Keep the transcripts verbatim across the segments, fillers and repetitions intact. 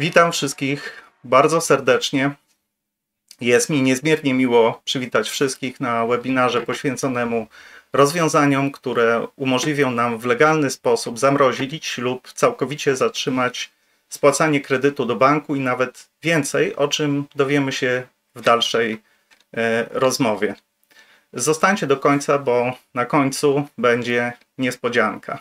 Witam wszystkich bardzo serdecznie. Jest mi niezmiernie miło przywitać wszystkich na webinarze poświęconemu rozwiązaniom, które umożliwią nam w legalny sposób zamrozić lub całkowicie zatrzymać spłacanie kredytu do banku i nawet więcej, o czym dowiemy się w dalszej e, rozmowie. Zostańcie do końca, bo na końcu będzie niespodzianka.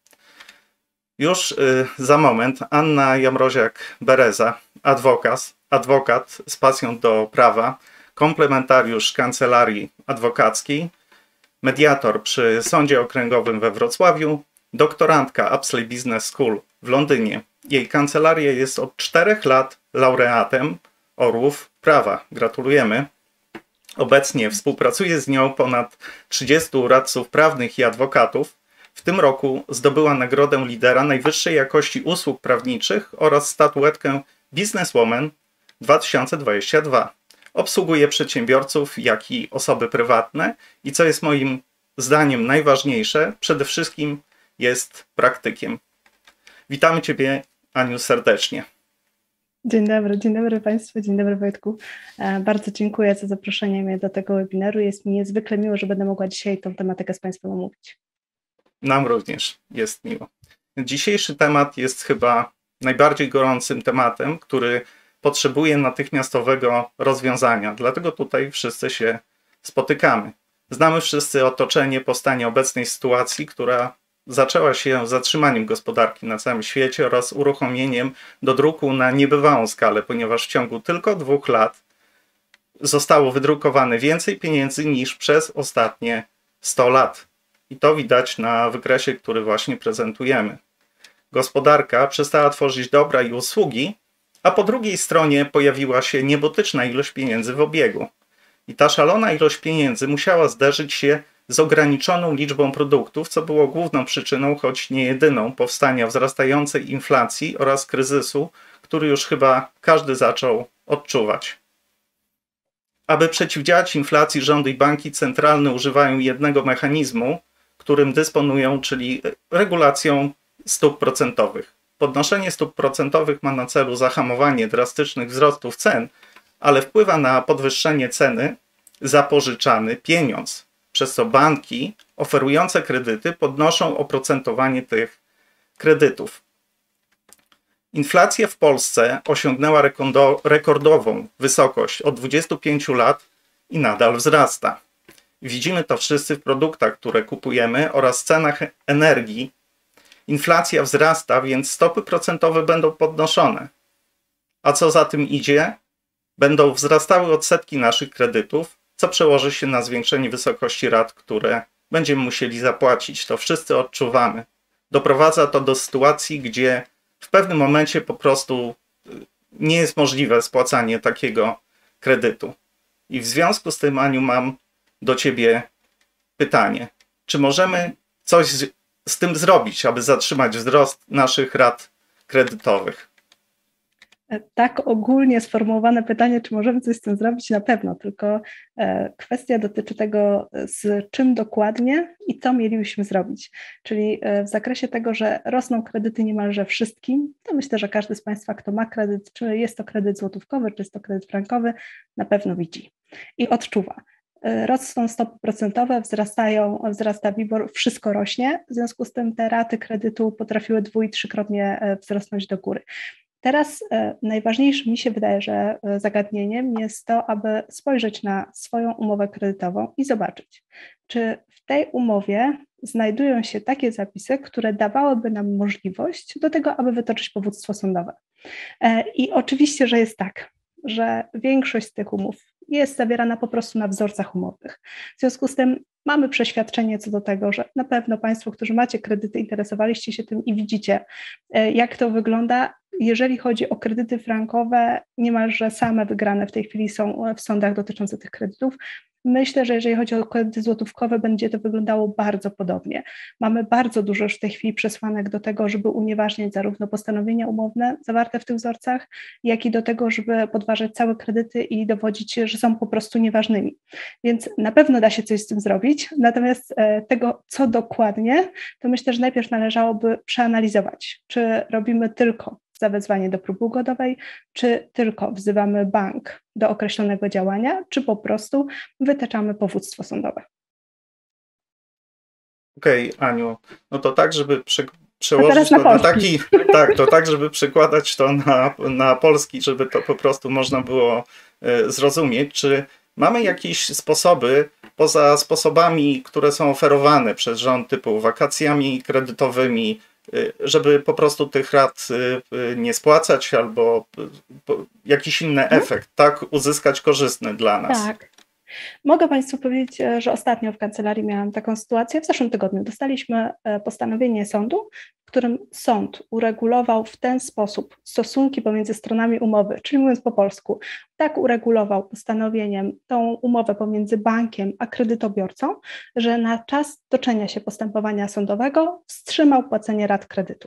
Już y, za moment Anna Jamroziak-Bereza, adwokat, adwokat z pasją do prawa, komplementariusz kancelarii adwokackiej, mediator przy Sądzie Okręgowym we Wrocławiu, doktorantka Apsley Business School w Londynie. Jej kancelaria jest od czterech lat laureatem Orłów Prawa. Gratulujemy. Obecnie współpracuje z nią ponad trzydziestu radców prawnych i adwokatów. W tym roku zdobyła nagrodę lidera najwyższej jakości usług prawniczych oraz statuetkę Businesswoman dwa tysiące dwudziesty drugi. Obsługuje przedsiębiorców, jak i osoby prywatne i co jest moim zdaniem najważniejsze, przede wszystkim jest praktykiem. Witamy Ciebie, Aniu, serdecznie. Dzień dobry, dzień dobry Państwu, dzień dobry Wojtku. Bardzo dziękuję za zaproszenie mnie do tego webinaru. Jest mi niezwykle miło, że będę mogła dzisiaj tą tematykę z Państwem omówić. Nam również jest miło. Dzisiejszy temat jest chyba najbardziej gorącym tematem, który potrzebuje natychmiastowego rozwiązania. Dlatego tutaj wszyscy się spotykamy. Znamy wszyscy otoczenie powstania obecnej sytuacji, która zaczęła się zatrzymaniem gospodarki na całym świecie oraz uruchomieniem dodruku na niebywałą skalę, ponieważ w ciągu tylko dwóch lat zostało wydrukowane więcej pieniędzy niż przez ostatnie sto lat. I to widać na wykresie, który właśnie prezentujemy. Gospodarka przestała tworzyć dobra i usługi, a po drugiej stronie pojawiła się niebotyczna ilość pieniędzy w obiegu. I ta szalona ilość pieniędzy musiała zderzyć się z ograniczoną liczbą produktów, co było główną przyczyną, choć nie jedyną, powstania wzrastającej inflacji oraz kryzysu, który już chyba każdy zaczął odczuwać. Aby przeciwdziałać inflacji, rządy i banki centralne używają jednego mechanizmu, którym dysponują, czyli regulacją stóp procentowych. Podnoszenie stóp procentowych ma na celu zahamowanie drastycznych wzrostów cen, ale wpływa na podwyższenie ceny za pożyczany pieniądz, przez co banki oferujące kredyty podnoszą oprocentowanie tych kredytów. Inflacja w Polsce osiągnęła rekordową wysokość od dwudziestu pięciu lat i nadal wzrasta. Widzimy to wszyscy w produktach, które kupujemy oraz cenach energii. Inflacja wzrasta, więc stopy procentowe będą podnoszone. A co za tym idzie? Będą wzrastały odsetki naszych kredytów, co przełoży się na zwiększenie wysokości rat, które będziemy musieli zapłacić. To wszyscy odczuwamy. Doprowadza to do sytuacji, gdzie w pewnym momencie po prostu nie jest możliwe spłacanie takiego kredytu. I w związku z tym, Aniu, mam do Ciebie pytanie. Czy możemy coś z, z tym zrobić, aby zatrzymać wzrost naszych rat kredytowych? Tak ogólnie sformułowane pytanie, czy możemy coś z tym zrobić? Na pewno, tylko kwestia dotyczy tego, z czym dokładnie i co mielibyśmy zrobić. Czyli w zakresie tego, że rosną kredyty niemalże wszystkim, to myślę, że każdy z Państwa, kto ma kredyt, czy jest to kredyt złotówkowy, czy jest to kredyt frankowy, na pewno widzi i odczuwa. Rosną stopy procentowe, wzrastają, wzrasta WIBOR, wszystko rośnie, w związku z tym te raty kredytu potrafiły dwu- i trzykrotnie wzrosnąć do góry. Teraz e, najważniejszym mi się wydaje, że e, zagadnieniem jest to, aby spojrzeć na swoją umowę kredytową i zobaczyć, czy w tej umowie znajdują się takie zapisy, które dawałyby nam możliwość do tego, aby wytoczyć powództwo sądowe. E, I oczywiście, że jest tak, że większość z tych umów jest zawierana po prostu na wzorcach umownych. W związku z tym mamy przeświadczenie co do tego, że na pewno Państwo, którzy macie kredyty, interesowaliście się tym i widzicie, jak to wygląda. Jeżeli chodzi o kredyty frankowe, niemalże same wygrane w tej chwili są w sądach dotyczące tych kredytów. Myślę, że jeżeli chodzi o kredyty złotówkowe, będzie to wyglądało bardzo podobnie. Mamy bardzo dużo już w tej chwili przesłanek do tego, żeby unieważniać zarówno postanowienia umowne zawarte w tych wzorcach, jak i do tego, żeby podważać całe kredyty i dowodzić, że są po prostu nieważnymi. Więc na pewno da się coś z tym zrobić, natomiast tego, co dokładnie, to myślę, że najpierw należałoby przeanalizować, czy robimy tylko zawezwanie do próby ugodowej, czy tylko wzywamy bank do określonego działania, czy po prostu wytaczamy powództwo sądowe. Okej, okay, Aniu, no to tak, żeby przy, przełożyć to na, na taki, tak, to tak, żeby przekładać to na, na polski, żeby to po prostu można było y, zrozumieć, czy mamy jakieś sposoby, poza sposobami, które są oferowane przez rząd, typu wakacjami kredytowymi, y, żeby po prostu tych rat y, nie spłacać albo y, jakiś inny hmm? efekt, tak, uzyskać korzystny dla nas. Tak. Mogę Państwu powiedzieć, że ostatnio w kancelarii miałam taką sytuację. W zeszłym tygodniu dostaliśmy postanowienie sądu, w którym sąd uregulował w ten sposób stosunki pomiędzy stronami umowy, czyli mówiąc po polsku, tak uregulował postanowieniem tą umowę pomiędzy bankiem a kredytobiorcą, że na czas toczenia się postępowania sądowego wstrzymał płacenie rat kredytu.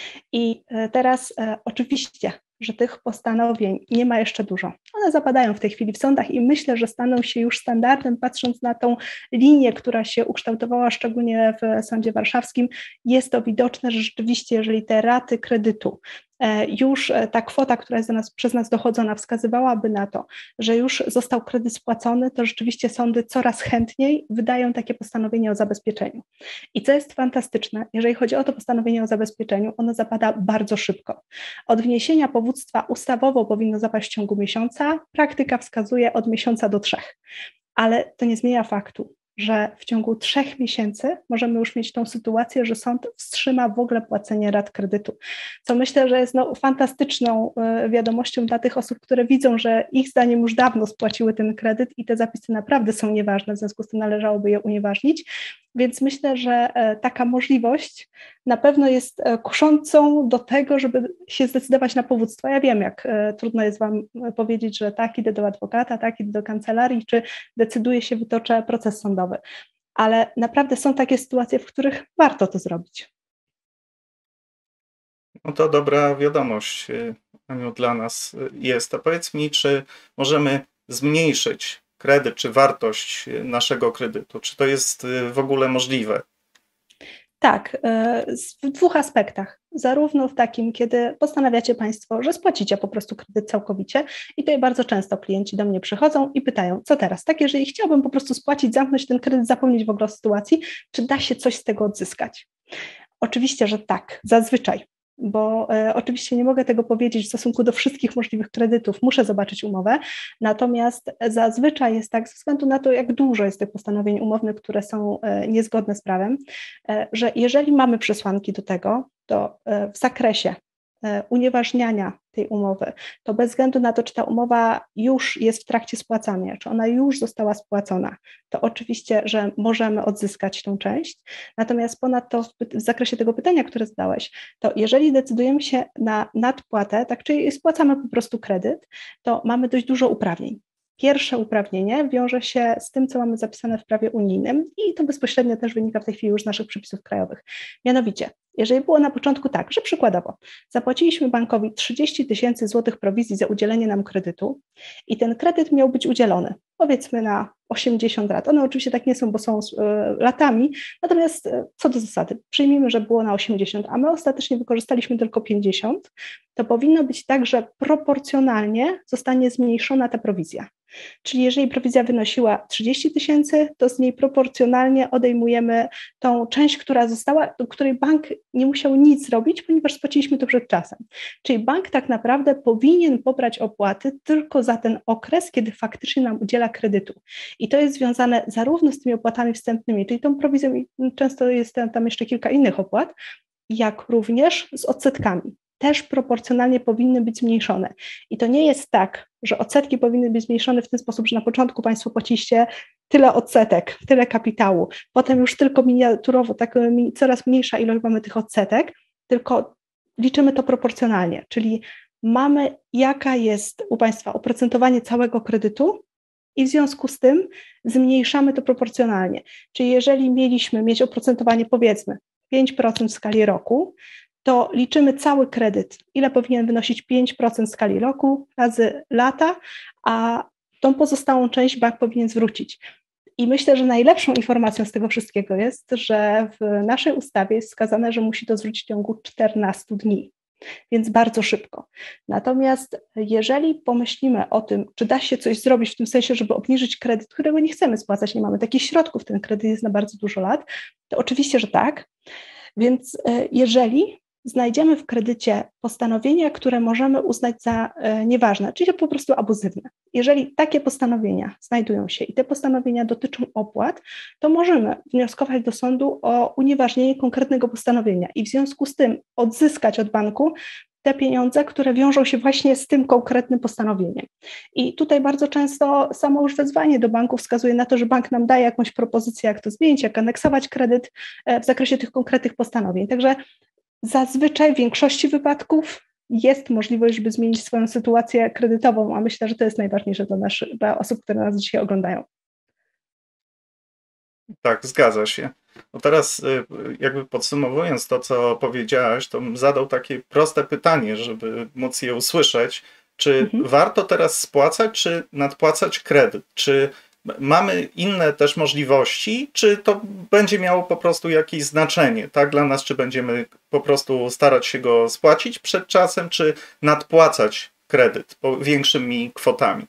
I teraz e, oczywiście, że tych postanowień nie ma jeszcze dużo. One zapadają w tej chwili w sądach i myślę, że staną się już standardem, patrząc na tą linię, która się ukształtowała szczególnie w Sądzie Warszawskim. Jest to widoczne, że rzeczywiście, jeżeli te raty kredytu, już ta kwota, która jest do nas, przez nas dochodzona, wskazywałaby na to, że już został kredyt spłacony, to rzeczywiście sądy coraz chętniej wydają takie postanowienie o zabezpieczeniu. I co jest fantastyczne, jeżeli chodzi o to postanowienie o zabezpieczeniu, ono zapada bardzo szybko. Od wniesienia powództwa ustawowo powinno zapaść w ciągu miesiąca, praktyka wskazuje od miesiąca do trzech, ale to nie zmienia faktu, że w ciągu trzech miesięcy możemy już mieć tą sytuację, że sąd wstrzyma w ogóle płacenie rat kredytu, co myślę, że jest no, fantastyczną wiadomością dla tych osób, które widzą, że ich zdaniem już dawno spłaciły ten kredyt i te zapisy naprawdę są nieważne, w związku z tym należałoby je unieważnić. Więc myślę, że taka możliwość na pewno jest kuszącą do tego, żeby się zdecydować na powództwo. Ja wiem, jak trudno jest Wam powiedzieć, że tak, idę do adwokata, tak, idę do kancelarii, czy decyduję się, wytoczę proces sądowy. Ale naprawdę są takie sytuacje, w których warto to zrobić. No to dobra wiadomość, Aniu, dla nas jest. A powiedz mi, czy możemy zmniejszyć kredyt, czy wartość naszego kredytu? Czy to jest w ogóle możliwe? Tak, w dwóch aspektach. Zarówno w takim, kiedy postanawiacie Państwo, że spłacicie po prostu kredyt całkowicie i tutaj bardzo często klienci do mnie przychodzą i pytają, co teraz? Tak, jeżeli chciałbym po prostu spłacić, zamknąć ten kredyt, zapomnieć w ogóle o sytuacji, czy da się coś z tego odzyskać? Oczywiście, że tak, zazwyczaj. Bo e, oczywiście nie mogę tego powiedzieć w stosunku do wszystkich możliwych kredytów, muszę zobaczyć umowę, natomiast zazwyczaj jest tak, ze względu na to, jak dużo jest tych postanowień umownych, które są e, niezgodne z prawem, e, że jeżeli mamy przesłanki do tego, to e, w zakresie e, unieważniania tej umowy, to bez względu na to, czy ta umowa już jest w trakcie spłacania, czy ona już została spłacona, to oczywiście, że możemy odzyskać tą część. Natomiast ponadto w, w zakresie tego pytania, które zadałeś, to jeżeli decydujemy się na nadpłatę, tak, czyli spłacamy po prostu kredyt, to mamy dość dużo uprawnień. Pierwsze uprawnienie wiąże się z tym, co mamy zapisane w prawie unijnym i to bezpośrednio też wynika w tej chwili już z naszych przepisów krajowych. Mianowicie, jeżeli było na początku tak, że przykładowo zapłaciliśmy bankowi trzydzieści tysięcy złotych prowizji za udzielenie nam kredytu i ten kredyt miał być udzielony, powiedzmy na osiemdziesiąt lat. One oczywiście tak nie są, bo są y, latami, natomiast y, co do zasady, przyjmijmy, że było na osiemdziesiąt, a my ostatecznie wykorzystaliśmy tylko pięćdziesiąt, to powinno być tak, że proporcjonalnie zostanie zmniejszona ta prowizja. Czyli jeżeli prowizja wynosiła trzydzieści tysięcy, to z niej proporcjonalnie odejmujemy tą część, która została, do której bank nie musiał nic zrobić, ponieważ spłaciliśmy to przed czasem. Czyli bank tak naprawdę powinien pobrać opłaty tylko za ten okres, kiedy faktycznie nam udziela kredytu. I to jest związane zarówno z tymi opłatami wstępnymi, czyli tą prowizją, często jest tam jeszcze kilka innych opłat, jak również z odsetkami. Też proporcjonalnie powinny być zmniejszone. I to nie jest tak, że odsetki powinny być zmniejszone w ten sposób, że na początku Państwo płaciliście tyle odsetek, tyle kapitału, potem już tylko miniaturowo, tak coraz mniejsza ilość mamy tych odsetek, tylko liczymy to proporcjonalnie, czyli mamy jaka jest u Państwa oprocentowanie całego kredytu i w związku z tym zmniejszamy to proporcjonalnie. Czyli jeżeli mieliśmy mieć oprocentowanie powiedzmy pięć procent w skali roku, to liczymy cały kredyt, ile powinien wynosić pięć procent w skali roku razy lata, a tą pozostałą część bank powinien zwrócić. I myślę, że najlepszą informacją z tego wszystkiego jest, że w naszej ustawie jest wskazane, że musi to zwrócić w ciągu czternastu dni. więc bardzo szybko. Natomiast jeżeli pomyślimy o tym, czy da się coś zrobić w tym sensie, żeby obniżyć kredyt, którego nie chcemy spłacać, nie mamy takich środków, ten kredyt jest na bardzo dużo lat, to oczywiście, że tak. Więc jeżeli znajdziemy w kredycie postanowienia, które możemy uznać za e, nieważne, czyli po prostu abuzywne. Jeżeli takie postanowienia znajdują się i te postanowienia dotyczą opłat, to możemy wnioskować do sądu o unieważnienie konkretnego postanowienia i w związku z tym odzyskać od banku te pieniądze, które wiążą się właśnie z tym konkretnym postanowieniem. I tutaj bardzo często samo już wezwanie do banku wskazuje na to, że bank nam daje jakąś propozycję, jak to zmienić, jak aneksować kredyt w zakresie tych konkretnych postanowień. Także zazwyczaj w większości wypadków jest możliwość, żeby zmienić swoją sytuację kredytową, a myślę, że to jest najważniejsze dla, nas, dla osób, które nas dzisiaj oglądają. Tak, zgadza się. No teraz jakby podsumowując to, co powiedziałaś, to bym zadał takie proste pytanie, żeby móc je usłyszeć. Czy mhm. warto teraz spłacać, czy nadpłacać kredyt? Czy mamy inne też możliwości, czy to będzie miało po prostu jakieś znaczenie, tak, dla nas, czy będziemy po prostu starać się go spłacić przed czasem, czy nadpłacać kredyt większymi kwotami?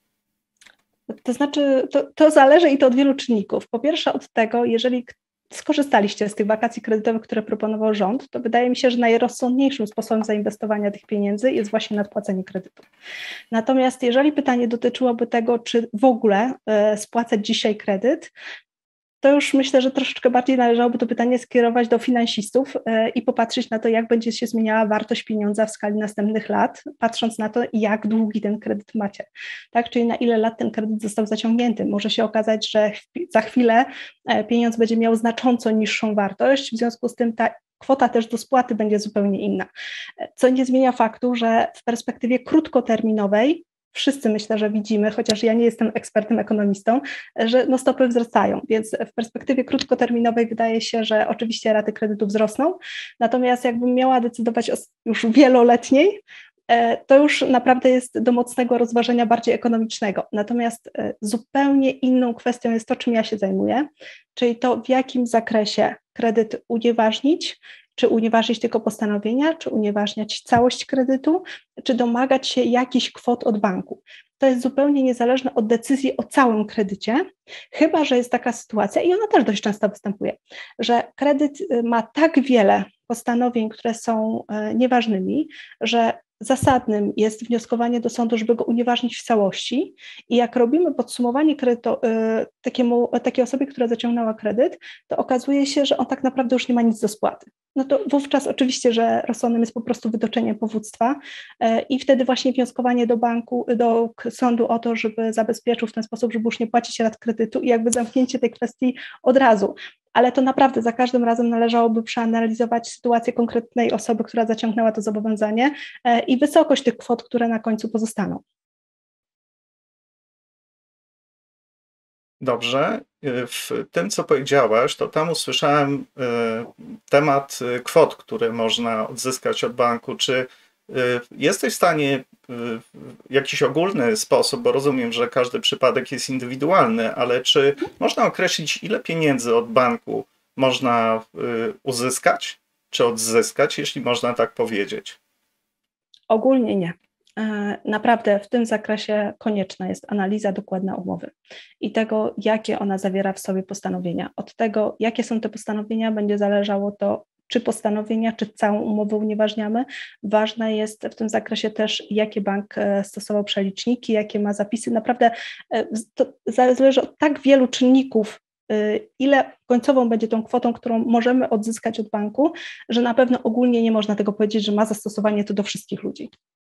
To znaczy, to, to zależy i to od wielu czynników. Po pierwsze od tego, jeżeli skorzystaliście z tych wakacji kredytowych, które proponował rząd, to wydaje mi się, że najrozsądniejszym sposobem zainwestowania tych pieniędzy jest właśnie nadpłacenie kredytu. Natomiast jeżeli pytanie dotyczyłoby tego, czy w ogóle y, spłacać dzisiaj kredyt, to już myślę, że troszeczkę bardziej należałoby to pytanie skierować do finansistów y, i popatrzeć na to, jak będzie się zmieniała wartość pieniądza w skali następnych lat, patrząc na to, jak długi ten kredyt macie, tak? Czyli na ile lat ten kredyt został zaciągnięty. Może się okazać, że za chwilę y, pieniądz będzie miał znacząco niższą wartość, w związku z tym ta kwota też do spłaty będzie zupełnie inna, co nie zmienia faktu, że w perspektywie krótkoterminowej wszyscy myślę, że widzimy, chociaż ja nie jestem ekspertem, ekonomistą, że no stopy wzrastają, więc w perspektywie krótkoterminowej wydaje się, że oczywiście raty kredytu wzrosną, natomiast jakbym miała decydować o już wieloletniej, to już naprawdę jest do mocnego rozważenia bardziej ekonomicznego. Natomiast zupełnie inną kwestią jest to, czym ja się zajmuję, czyli to, w jakim zakresie kredyt unieważnić, czy unieważnić tylko postanowienia, czy unieważniać całość kredytu, czy domagać się jakichś kwot od banku. To jest zupełnie niezależne od decyzji o całym kredycie, chyba że jest taka sytuacja, i ona też dość często występuje, że kredyt ma tak wiele postanowień, które są nieważnymi, że zasadnym jest wnioskowanie do sądu, żeby go unieważnić w całości i jak robimy podsumowanie kredytu takiemu, takiej osobie, która zaciągnęła kredyt, to okazuje się, że on tak naprawdę już nie ma nic do spłaty. No to wówczas oczywiście, że rozsądnym jest po prostu wytoczenie powództwa i wtedy właśnie wnioskowanie do banku, do sądu o to, żeby zabezpieczył w ten sposób, żeby już nie płacić rat kredytu i jakby zamknięcie tej kwestii od razu. Ale to naprawdę za każdym razem należałoby przeanalizować sytuację konkretnej osoby, która zaciągnęła to zobowiązanie i wysokość tych kwot, które na końcu pozostaną. Dobrze. W tym, co powiedziałaś, to tam usłyszałem temat kwot, które można odzyskać od banku. Czy jesteś w stanie w jakiś ogólny sposób, bo rozumiem, że każdy przypadek jest indywidualny, ale czy można określić, ile pieniędzy od banku można uzyskać, czy odzyskać, jeśli można tak powiedzieć? Ogólnie nie. Naprawdę w tym zakresie konieczna jest analiza dokładna umowy i tego, jakie ona zawiera w sobie postanowienia. Od tego, jakie są te postanowienia, będzie zależało to, czy postanowienia, czy całą umowę unieważniamy. Ważne jest w tym zakresie też, jakie bank stosował przeliczniki, jakie ma zapisy. Naprawdę to zależy od tak wielu czynników, ile końcową będzie tą kwotą, którą możemy odzyskać od banku, że na pewno ogólnie nie można tego powiedzieć, że ma zastosowanie to do wszystkich ludzi.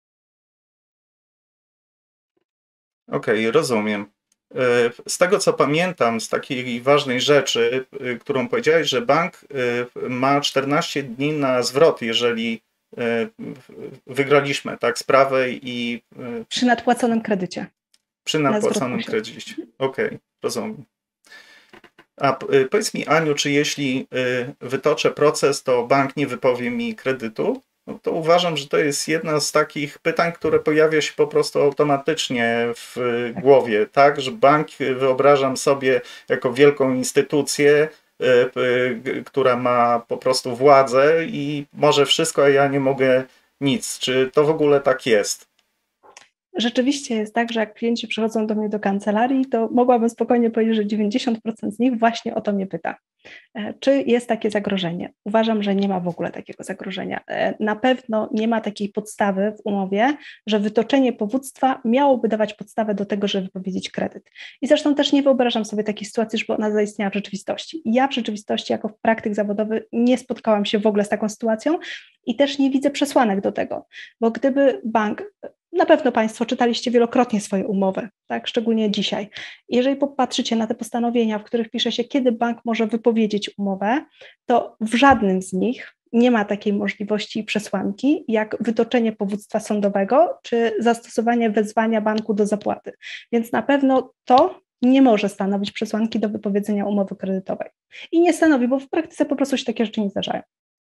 Okej, okay, rozumiem. Z tego, co pamiętam, z takiej ważnej rzeczy, którą powiedziałeś, że bank ma czternaście dni na zwrot, jeżeli wygraliśmy, tak, sprawę i... Przy nadpłaconym kredycie. Przy nadpłaconym kredycie. Okej, okay, rozumiem. A powiedz mi, Aniu, czy jeśli wytoczę proces, to bank nie wypowie mi kredytu? No to uważam, że to jest jedna z takich pytań, które pojawia się po prostu automatycznie w głowie, tak? Że bank wyobrażam sobie jako wielką instytucję, która ma po prostu władzę i może wszystko, a ja nie mogę nic. Czy to w ogóle tak jest? Rzeczywiście jest tak, że jak klienci przychodzą do mnie do kancelarii, to mogłabym spokojnie powiedzieć, że dziewięćdziesiąt procent z nich właśnie o to mnie pyta. Czy jest takie zagrożenie? Uważam, że nie ma w ogóle takiego zagrożenia. Na pewno nie ma takiej podstawy w umowie, że wytoczenie powództwa miałoby dawać podstawę do tego, żeby wypowiedzieć kredyt. I zresztą też nie wyobrażam sobie takiej sytuacji, żeby ona zaistniała w rzeczywistości. Ja w rzeczywistości jako praktyk zawodowy nie spotkałam się w ogóle z taką sytuacją i też nie widzę przesłanek do tego, bo gdyby bank, na pewno Państwo czytaliście wielokrotnie swoje umowy, tak, szczególnie dzisiaj. Jeżeli popatrzycie na te postanowienia, w których pisze się, kiedy bank może wypowiedzieć umowę, to w żadnym z nich nie ma takiej możliwości i przesłanki, jak wytoczenie powództwa sądowego czy zastosowanie wezwania banku do zapłaty. Więc na pewno to nie może stanowić przesłanki do wypowiedzenia umowy kredytowej. I nie stanowi, bo w praktyce po prostu się takie rzeczy nie zdarzają.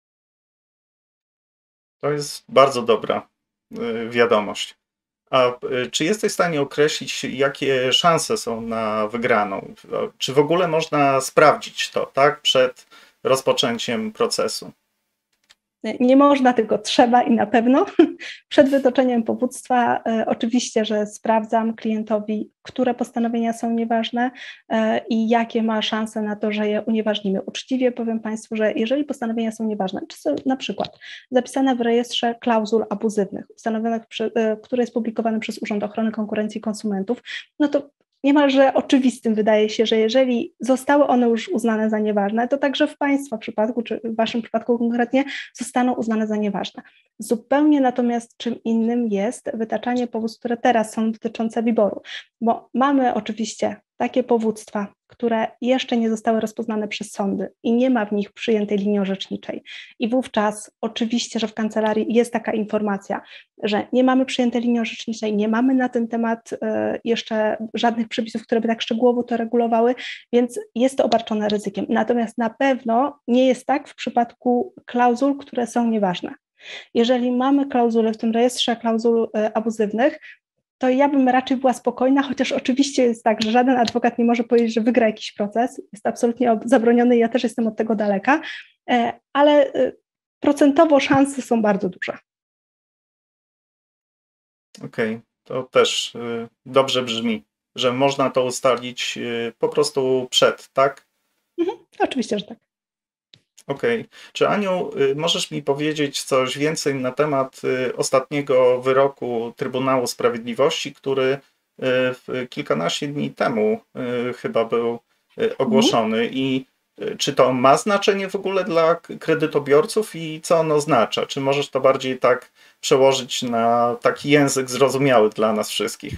To jest bardzo dobra wiadomość. A czy jesteś w stanie określić, jakie szanse są na wygraną? Czy w ogóle można sprawdzić to, tak, przed rozpoczęciem procesu? Nie można, tylko trzeba i na pewno. Przed wytoczeniem powództwa e, oczywiście, że sprawdzam klientowi, które postanowienia są nieważne e, i jakie ma szanse na to, że je unieważnimy. Uczciwie powiem Państwu, że jeżeli postanowienia są nieważne, czy są na przykład zapisane w rejestrze klauzul abuzywnych, ustanowionych, przy, e, które jest publikowane przez Urząd Ochrony Konkurencji i Konsumentów, no to niemalże oczywistym wydaje się, że jeżeli zostały one już uznane za nieważne, to także w Państwa przypadku, czy w Waszym przypadku konkretnie, zostaną uznane za nieważne. Zupełnie natomiast czym innym jest wytaczanie powództw, które teraz są dotyczące WIBOR-u, bo mamy oczywiście takie powództwa, które jeszcze nie zostały rozpoznane przez sądy i nie ma w nich przyjętej linii orzeczniczej. I wówczas oczywiście, że w kancelarii jest taka informacja, że nie mamy przyjętej linii orzeczniczej, nie mamy na ten temat jeszcze żadnych przepisów, które by tak szczegółowo to regulowały, więc jest to obarczone ryzykiem. Natomiast na pewno nie jest tak w przypadku klauzul, które są nieważne. Jeżeli mamy klauzule w tym rejestrze klauzul abuzywnych, to ja bym raczej była spokojna, chociaż oczywiście jest tak, że żaden adwokat nie może powiedzieć, że wygra jakiś proces, jest absolutnie zabroniony i ja też jestem od tego daleka, ale procentowo szanse są bardzo duże. Okej, okay. To też dobrze brzmi, że można to ustalić po prostu przed, tak? Mhm, oczywiście, że tak. Okej. Okay. Czy Aniu, możesz mi powiedzieć coś więcej na temat ostatniego wyroku Trybunału Sprawiedliwości, który kilkanaście dni temu chyba był ogłoszony mhm. i czy to ma znaczenie w ogóle dla kredytobiorców i co ono oznacza? Czy możesz to bardziej tak przełożyć na taki język zrozumiały dla nas wszystkich?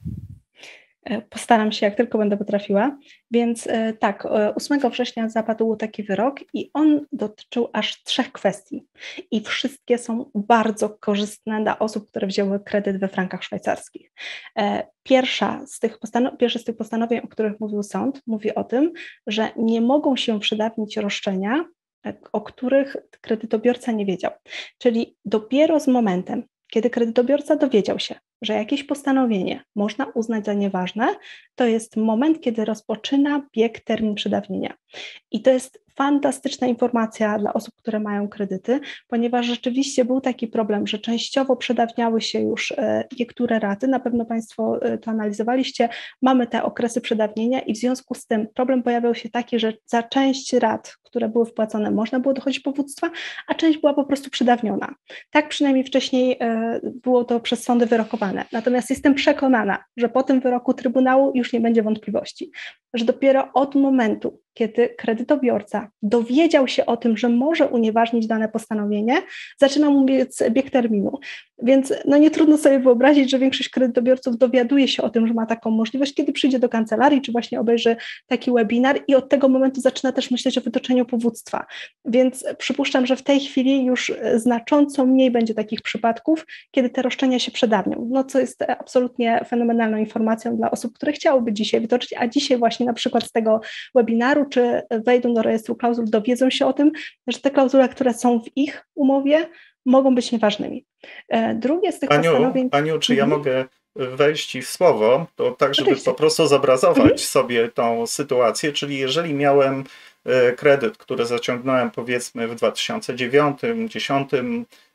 Postaram się, jak tylko będę potrafiła. Więc tak, ósmego września zapadł taki wyrok i on dotyczył aż trzech kwestii. I wszystkie są bardzo korzystne dla osób, które wzięły kredyt we frankach szwajcarskich. Pierwsza z tych postanow- pierwsze z tych postanowień, o których mówił sąd, mówi o tym, że nie mogą się przedawnić roszczenia, o których kredytobiorca nie wiedział. Czyli dopiero z momentem, kiedy kredytobiorca dowiedział się, że jakieś postanowienie można uznać za nieważne, to jest moment, kiedy rozpoczyna bieg termin przedawnienia. I to jest fantastyczna informacja dla osób, które mają kredyty, ponieważ rzeczywiście był taki problem, że częściowo przedawniały się już niektóre raty, na pewno Państwo to analizowaliście, mamy te okresy przedawnienia i w związku z tym problem pojawiał się taki, że za część rat, które były wpłacone, można było dochodzić powództwa, a część była po prostu przedawniona. Tak przynajmniej wcześniej było to przez sądy wyrokowane. Natomiast jestem przekonana, że po tym wyroku Trybunału już nie będzie wątpliwości, że dopiero od momentu, kiedy kredytobiorca dowiedział się o tym, że może unieważnić dane postanowienie, zaczyna mu biec bieg terminu. Więc no nie trudno sobie wyobrazić, że większość kredytobiorców dowiaduje się o tym, że ma taką możliwość, kiedy przyjdzie do kancelarii, czy właśnie obejrzy taki webinar i od tego momentu zaczyna też myśleć o wytoczeniu powództwa. Więc przypuszczam, że w tej chwili już znacząco mniej będzie takich przypadków, kiedy te roszczenia się przedawnią. No co jest absolutnie fenomenalną informacją dla osób, które chciałyby dzisiaj wytoczyć, a dzisiaj właśnie na przykład z tego webinaru, czy wejdą do rejestru klauzul, dowiedzą się o tym, że te klauzule, które są w ich umowie, mogą być nieważnymi. Drugie z tych Aniu, postanowień... Aniu, czy mhm. ja mogę wejść Ci w słowo, to tak, żeby Oczywiście. po prostu zobrazować mhm. sobie tą sytuację, czyli jeżeli miałem kredyt, który zaciągnąłem powiedzmy w dwa tysiące dziewiątym, dwa tysiące dziesiątym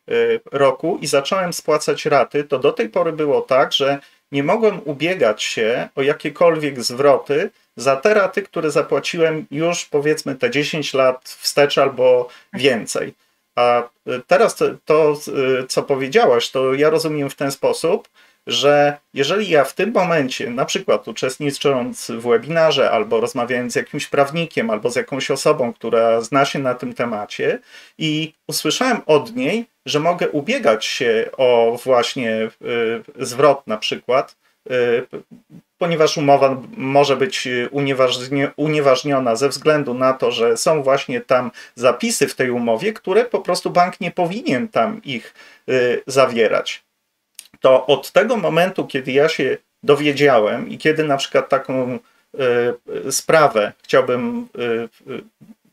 roku i zacząłem spłacać raty, to do tej pory było tak, że nie mogłem ubiegać się o jakiekolwiek zwroty za te raty, które zapłaciłem już powiedzmy te dziesięć lat wstecz albo więcej. A teraz to, to, co powiedziałaś, to ja rozumiem w ten sposób, że jeżeli ja w tym momencie, na przykład uczestnicząc w webinarze, albo rozmawiając z jakimś prawnikiem, albo z jakąś osobą, która zna się na tym temacie i usłyszałem od niej, że mogę ubiegać się o właśnie y, zwrot na przykład, y, ponieważ umowa może być unieważni unieważniona ze względu na to, że są właśnie tam zapisy w tej umowie, które po prostu bank nie powinien tam ich y, zawierać. To od tego momentu, kiedy ja się dowiedziałem i kiedy na przykład taką y, sprawę chciałbym y, y,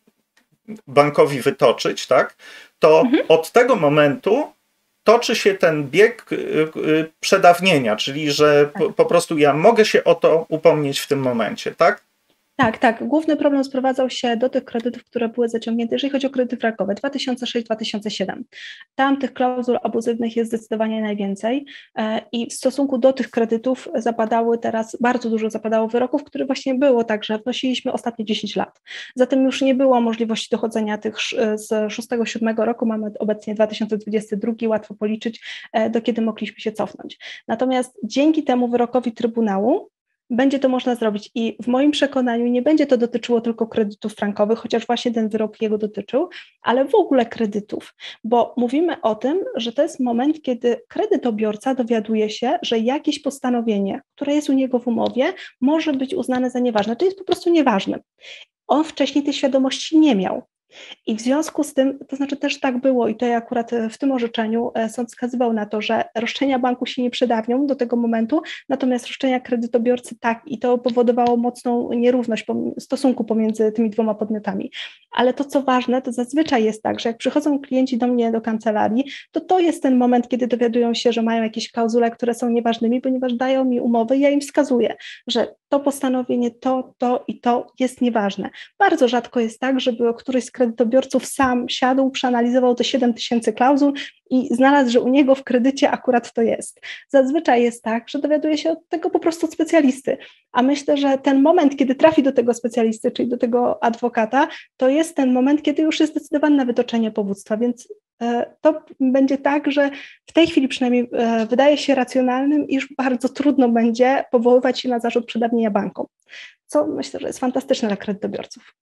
bankowi wytoczyć, tak, to mhm. od tego momentu toczy się ten bieg y, y, przedawnienia, czyli że tak. po, po prostu ja mogę się o to upomnieć w tym momencie, tak? Tak, tak. Główny problem sprowadzał się do tych kredytów, które były zaciągnięte, jeżeli chodzi o kredyty frankowe, dwa tysiące sześć dwa tysiące siedem. Tam tych klauzul abuzywnych jest zdecydowanie najwięcej i w stosunku do tych kredytów zapadały teraz, bardzo dużo zapadało wyroków, które właśnie było tak, że wnosiliśmy ostatnie dziesięć lat. Zatem już nie było możliwości dochodzenia tych z szóstego siódmego roku, mamy obecnie dwa tysiące dwudziesty drugi, łatwo policzyć, do kiedy mogliśmy się cofnąć. Natomiast dzięki temu wyrokowi Trybunału będzie to można zrobić i w moim przekonaniu nie będzie to dotyczyło tylko kredytów frankowych, chociaż właśnie ten wyrok jego dotyczył, ale w ogóle kredytów, bo mówimy o tym, że to jest moment, kiedy kredytobiorca dowiaduje się, że jakieś postanowienie, które jest u niego w umowie, może być uznane za nieważne, to jest po prostu nieważne. On wcześniej tej świadomości nie miał. I w związku z tym, to znaczy też tak było i tutaj akurat w tym orzeczeniu sąd wskazywał na to, że roszczenia banku się nie przedawnią do tego momentu, natomiast roszczenia kredytobiorcy tak i to powodowało mocną nierówność stosunku pomiędzy tymi dwoma podmiotami. Ale to co ważne, to zazwyczaj jest tak, że jak przychodzą klienci do mnie do kancelarii, to to jest ten moment, kiedy dowiadują się, że mają jakieś klauzule, które są nieważnymi, ponieważ dają mi umowy i ja im wskazuję, że to postanowienie, to, to i to jest nieważne. Bardzo rzadko jest tak, żeby któryś z kredytobiorców sam siadł, przeanalizował te siedem tysięcy klauzul i znalazł, że u niego w kredycie akurat to jest. Zazwyczaj jest tak, że dowiaduje się od tego po prostu od specjalisty, a myślę, że ten moment, kiedy trafi do tego specjalisty, czyli do tego adwokata, to jest ten moment, kiedy już jest zdecydowany na wytoczenie powództwa, więc e, to będzie tak, że w tej chwili przynajmniej e, wydaje się racjonalnym, iż bardzo trudno będzie powoływać się na zarzut przedawnienia bankom, co myślę, że jest fantastyczne dla kredytobiorców.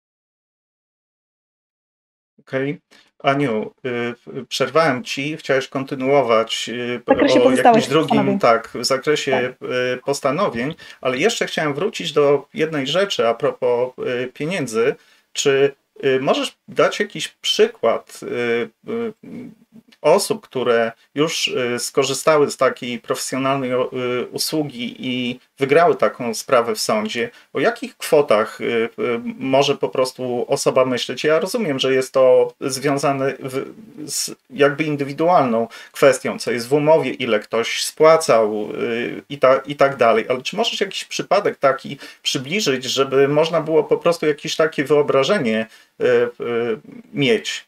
Okej. Okay. Aniu, y, przerwałem Ci, chciałeś kontynuować y, w zakresie o jakimś drugim, postanowień. tak, w zakresie tak. y, postanowień, ale jeszcze chciałem wrócić do jednej rzeczy a propos y, pieniędzy. Czy y, możesz dać jakiś przykład y, y, osób, które już y, skorzystały z takiej profesjonalnej y, usługi i wygrały taką sprawę w sądzie? O jakich kwotach y, y, może po prostu osoba myśleć? Ja rozumiem, że jest to związane w, z jakby indywidualną kwestią, co jest w umowie, ile ktoś spłacał y, i, ta, i tak dalej, ale czy możesz jakiś przypadek taki przybliżyć, żeby można było po prostu jakieś takie wyobrażenie y, y, mieć?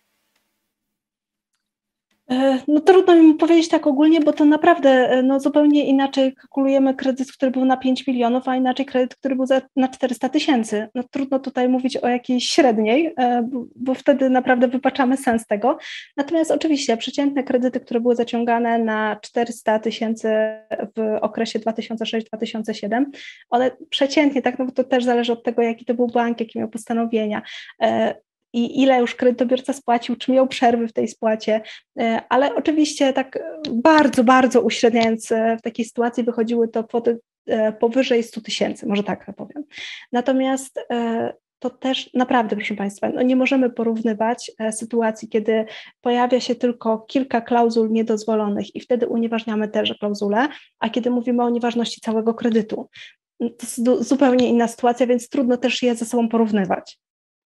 No trudno mi powiedzieć tak ogólnie, bo to naprawdę no, zupełnie inaczej kalkulujemy kredyt, który był na pięć milionów, a inaczej kredyt, który był za, na czterysta tysięcy. No trudno tutaj mówić o jakiejś średniej, bo, bo wtedy naprawdę wypaczamy sens tego. Natomiast oczywiście przeciętne kredyty, które były zaciągane na czterysta tysięcy w okresie dwa tysiące szósty dwa tysiące siódmy, one przeciętnie, tak, no bo to też zależy od tego, jaki to był bank, jakie miał postanowienia, i ile już kredytobiorca spłacił, czy miał przerwy w tej spłacie, ale oczywiście tak bardzo, bardzo uśredniając w takiej sytuacji wychodziły to kwoty powyżej stu tysięcy, może tak powiem. Natomiast to też naprawdę, proszę Państwa, no nie możemy porównywać sytuacji, kiedy pojawia się tylko kilka klauzul niedozwolonych i wtedy unieważniamy te klauzule, a kiedy mówimy o nieważności całego kredytu. To jest zupełnie inna sytuacja, więc trudno też je ze sobą porównywać.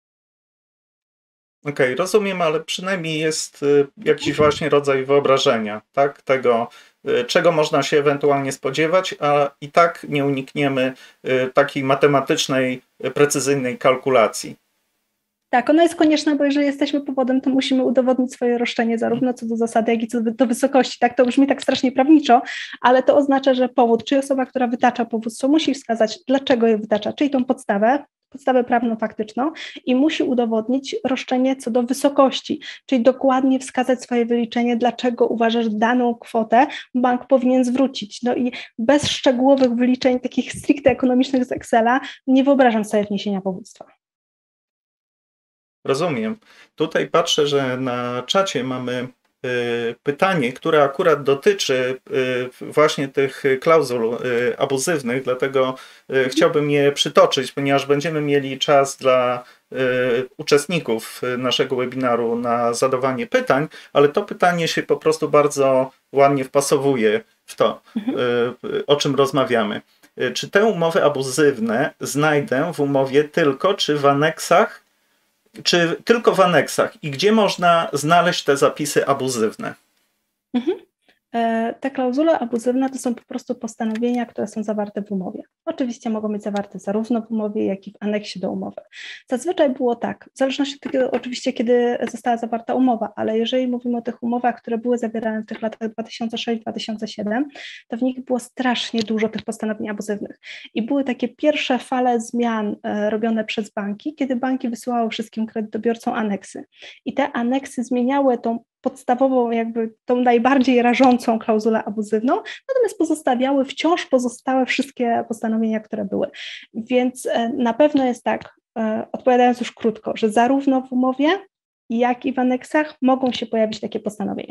Okej, okay, rozumiem, ale przynajmniej jest jakiś właśnie rodzaj wyobrażenia, tak? Tego, czego można się ewentualnie spodziewać, a i tak nie unikniemy takiej matematycznej, precyzyjnej kalkulacji. Tak, ona jest konieczna, bo jeżeli jesteśmy powodem, to musimy udowodnić swoje roszczenie zarówno co do zasady, jak i co do wysokości. Tak, to brzmi tak strasznie prawniczo, ale to oznacza, że powód, czy osoba, która wytacza powództwo, musi wskazać, dlaczego je wytacza, czyli tą podstawę, podstawę prawno-faktyczną i musi udowodnić roszczenie co do wysokości, czyli dokładnie wskazać swoje wyliczenie, dlaczego uważa, że daną kwotę bank powinien zwrócić. No i bez szczegółowych wyliczeń, takich stricte ekonomicznych z Excela, nie wyobrażam sobie wniesienia powództwa. Rozumiem. Tutaj patrzę, że na czacie mamy pytanie, które akurat dotyczy właśnie tych klauzul abuzywnych, dlatego chciałbym je przytoczyć, ponieważ będziemy mieli czas dla uczestników naszego webinaru na zadawanie pytań, ale to pytanie się po prostu bardzo ładnie wpasowuje w to, o czym rozmawiamy. Czy te umowy abuzywne znajdę w umowie tylko, czy w aneksach, czy tylko w aneksach i gdzie można znaleźć te zapisy abuzywne? Mhm. Te klauzule abuzywne to są po prostu postanowienia, które są zawarte w umowie. Oczywiście mogą być zawarte zarówno w umowie, jak i w aneksie do umowy. Zazwyczaj było tak, w zależności od tego oczywiście, kiedy została zawarta umowa, ale jeżeli mówimy o tych umowach, które były zawierane w tych latach dwa tysiące szóstym do dwa tysiące siódmego, to w nich było strasznie dużo tych postanowień abuzywnych. I były takie pierwsze fale zmian e, robione przez banki, kiedy banki wysyłały wszystkim kredytobiorcom aneksy. I te aneksy zmieniały tą podstawową, jakby tą najbardziej rażącą klauzulę abuzywną, natomiast pozostawiały wciąż pozostałe wszystkie postanowienia, które były. Więc na pewno jest tak, odpowiadając już krótko, że zarówno w umowie, jak i w aneksach mogą się pojawić takie postanowienia.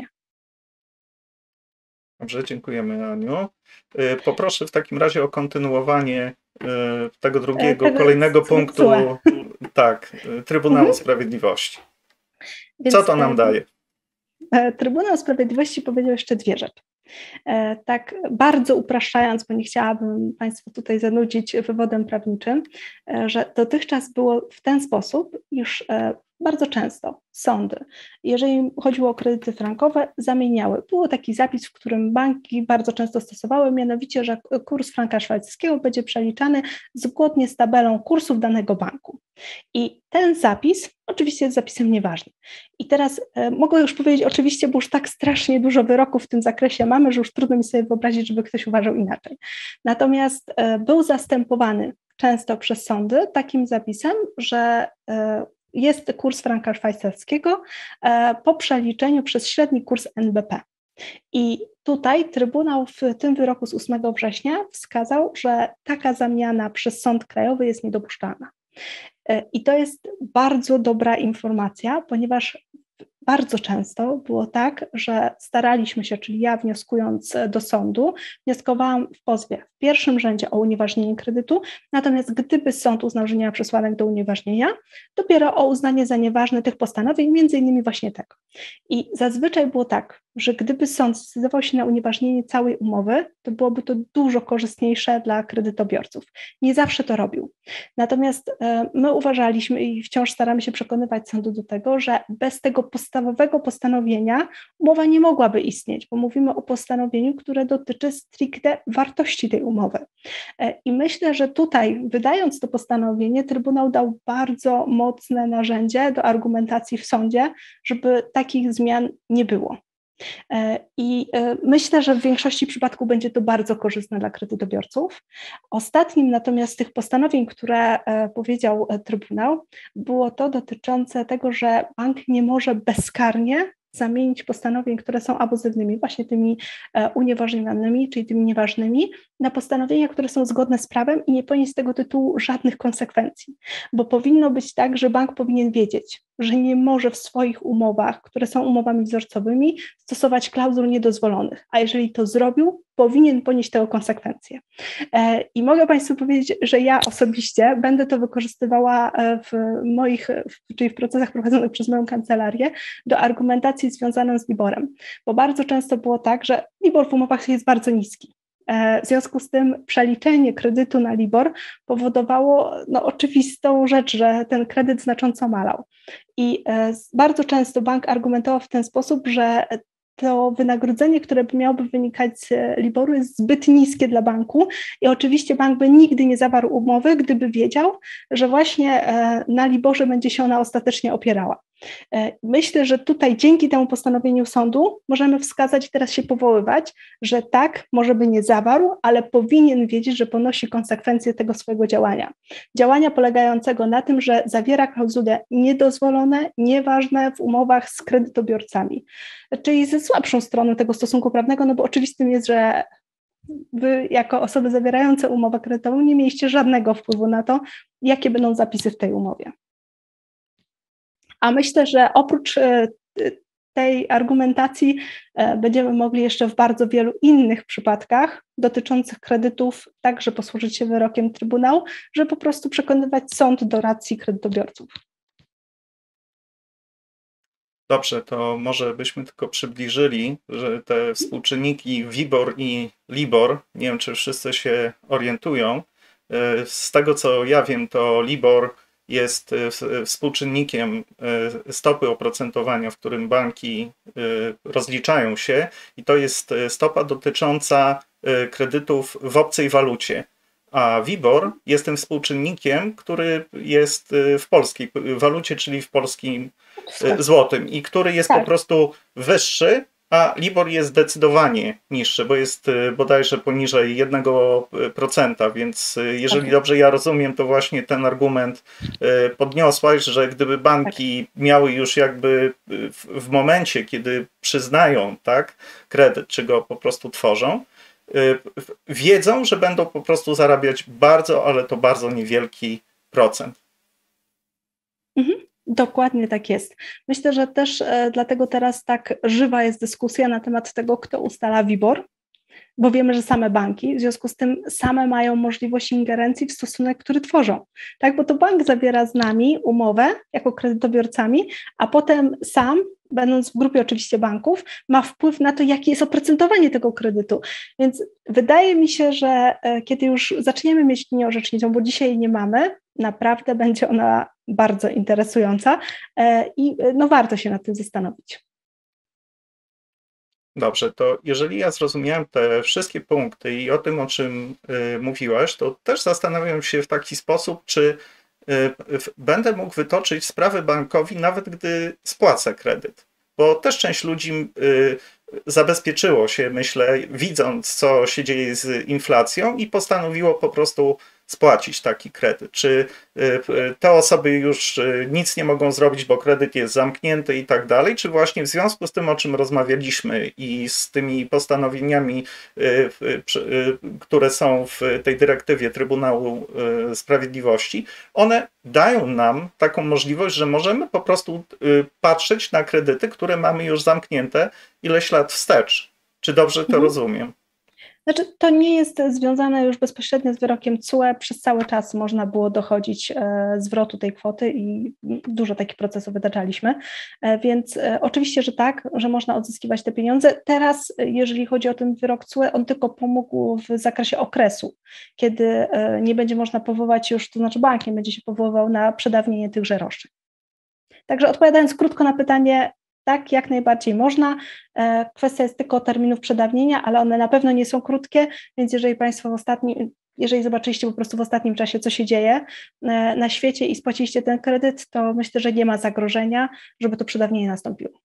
Dobrze, dziękujemy, Aniu. Poproszę w takim razie o kontynuowanie tego drugiego, tego kolejnego punktu, tak, Trybunału mhm. Sprawiedliwości. Więc co to nam daje? Trybunał Sprawiedliwości powiedział jeszcze dwie rzeczy. Tak bardzo upraszczając, bo nie chciałabym Państwa tutaj zanudzić wywodem prawniczym, że dotychczas było w ten sposób, iż bardzo często sądy, jeżeli chodziło o kredyty frankowe, zamieniały. Był taki zapis, w którym banki bardzo często stosowały, mianowicie, że kurs franka szwajcarskiego będzie przeliczany zgodnie z tabelą kursów danego banku. I ten zapis oczywiście jest zapisem nieważnym. I teraz e, mogę już powiedzieć oczywiście, bo już tak strasznie dużo wyroków w tym zakresie mamy, że już trudno mi sobie wyobrazić, żeby ktoś uważał inaczej. Natomiast e, był zastępowany często przez sądy takim zapisem, że e, jest kurs franka szwajcarskiego e, po przeliczeniu przez średni kurs N B P. I tutaj Trybunał w tym wyroku z ósmego września wskazał, że taka zamiana przez Sąd Krajowy jest niedopuszczalna. I to jest bardzo dobra informacja, ponieważ bardzo często było tak, że staraliśmy się, czyli ja wnioskując do sądu, wnioskowałam w pozwie w pierwszym rzędzie o unieważnienie kredytu, natomiast gdyby sąd uznał, że nie ma przesłanek do unieważnienia, dopiero o uznanie za nieważne tych postanowień, między innymi właśnie tego. I zazwyczaj było tak, że gdyby sąd zdecydował się na unieważnienie całej umowy, to byłoby to dużo korzystniejsze dla kredytobiorców. Nie zawsze to robił. Natomiast e, my uważaliśmy i wciąż staramy się przekonywać sądu do tego, że bez tego podstawowego postanowienia umowa nie mogłaby istnieć, bo mówimy o postanowieniu, które dotyczy stricte wartości tej umowy. E, I myślę, że tutaj, wydając to postanowienie, Trybunał dał bardzo mocne narzędzie do argumentacji w sądzie, żeby takich zmian nie było. I myślę, że w większości przypadków będzie to bardzo korzystne dla kredytobiorców. Ostatnim natomiast z tych postanowień, które powiedział Trybunał, było to dotyczące tego, że bank nie może bezkarnie zamienić postanowień, które są abuzywnymi, właśnie tymi unieważnionymi, czyli tymi nieważnymi, na postanowienia, które są zgodne z prawem i nie ponieść z tego tytułu żadnych konsekwencji. Bo powinno być tak, że bank powinien wiedzieć, że nie może w swoich umowach, które są umowami wzorcowymi, stosować klauzul niedozwolonych, a jeżeli to zrobił, powinien ponieść tego konsekwencje. I mogę Państwu powiedzieć, że ja osobiście będę to wykorzystywała w moich, czyli w procesach prowadzonych przez moją kancelarię, do argumentacji związaną z liborem, bo bardzo często było tak, że libor w umowach jest bardzo niski. W związku z tym przeliczenie kredytu na libor powodowało no, oczywistą rzecz, że ten kredyt znacząco malał. I bardzo często bank argumentował w ten sposób, że to wynagrodzenie, które miałoby wynikać z Liboru, jest zbyt niskie dla banku i oczywiście bank by nigdy nie zawarł umowy, gdyby wiedział, że właśnie na Liborze będzie się ona ostatecznie opierała. Myślę, że tutaj dzięki temu postanowieniu sądu możemy wskazać i teraz się powoływać, że tak, może by nie zawarł, ale powinien wiedzieć, że ponosi konsekwencje tego swojego działania. Działania polegającego na tym, że zawiera klauzule niedozwolone, nieważne w umowach z kredytobiorcami. Czyli ze słabszą stroną tego stosunku prawnego, no bo oczywistym jest, że wy jako osoby zawierające umowę kredytową nie mieliście żadnego wpływu na to, jakie będą zapisy w tej umowie. A myślę, że oprócz tej argumentacji będziemy mogli jeszcze w bardzo wielu innych przypadkach dotyczących kredytów także posłużyć się wyrokiem Trybunału, żeby po prostu przekonywać sąd do racji kredytobiorców. Dobrze, to może byśmy tylko przybliżyli, że te współczynniki WIBOR i LIBOR, nie wiem czy wszyscy się orientują, z tego co ja wiem, to LIBOR jest współczynnikiem stopy oprocentowania, w którym banki rozliczają się i to jest stopa dotycząca kredytów w obcej walucie. A WIBOR jest tym współczynnikiem, który jest w polskiej walucie, czyli w polskim złotym i który jest tak. po prostu wyższy, a LIBOR jest zdecydowanie niższy, bo jest bodajże poniżej jednego procenta, więc jeżeli tak. dobrze ja rozumiem, to właśnie ten argument podniosłaś, że gdyby banki tak. miały już jakby w, w momencie, kiedy przyznają tak, kredyt, czy go po prostu tworzą, wiedzą, że będą po prostu zarabiać bardzo, ale to bardzo niewielki procent. Mhm. Dokładnie tak jest. Myślę, że też e, dlatego teraz tak żywa jest dyskusja na temat tego, kto ustala WIBOR, bo wiemy, że same banki, w związku z tym same mają możliwość ingerencji w stosunek, który tworzą. Tak, bo to bank zawiera z nami umowę jako kredytobiorcami, a potem sam, będąc w grupie oczywiście banków, ma wpływ na to, jakie jest oprocentowanie tego kredytu. Więc wydaje mi się, że kiedy już zaczniemy mieć linię orzeczniczą, bo dzisiaj jej nie mamy, naprawdę będzie ona bardzo interesująca i no warto się nad tym zastanowić. Dobrze, to jeżeli ja zrozumiałem te wszystkie punkty i o tym, o czym y, mówiłaś, to też zastanawiam się w taki sposób, czy y, y, będę mógł wytoczyć sprawę bankowi, nawet gdy spłacę kredyt. Bo też część ludzi y, zabezpieczyło się, myślę, widząc, co się dzieje z inflacją i postanowiło po prostu spłacić taki kredyt. Czy te osoby już nic nie mogą zrobić, bo kredyt jest zamknięty i tak dalej, czy właśnie w związku z tym, o czym rozmawialiśmy i z tymi postanowieniami, które są w tej dyrektywie Trybunału Sprawiedliwości, one dają nam taką możliwość, że możemy po prostu patrzeć na kredyty, które mamy już zamknięte ileś lat wstecz. Czy dobrze to mhm. rozumiem? Znaczy, to nie jest związane już bezpośrednio z wyrokiem C U E. Przez cały czas można było dochodzić e, zwrotu tej kwoty i dużo takich procesów wytaczaliśmy, e, więc e, oczywiście, że tak, że można odzyskiwać te pieniądze. Teraz, jeżeli chodzi o ten wyrok C U E, on tylko pomógł w zakresie okresu, kiedy e, nie będzie można powoływać już, to znaczy bank nie będzie się powoływał na przedawnienie tychże roszczeń. Także odpowiadając krótko na pytanie, tak, jak najbardziej można. Kwestia jest tylko terminów przedawnienia, ale one na pewno nie są krótkie, więc jeżeli Państwo w ostatnim, jeżeli zobaczyliście po prostu w ostatnim czasie, co się dzieje na świecie i spłaciliście ten kredyt, to myślę, że nie ma zagrożenia, żeby to przedawnienie nastąpiło.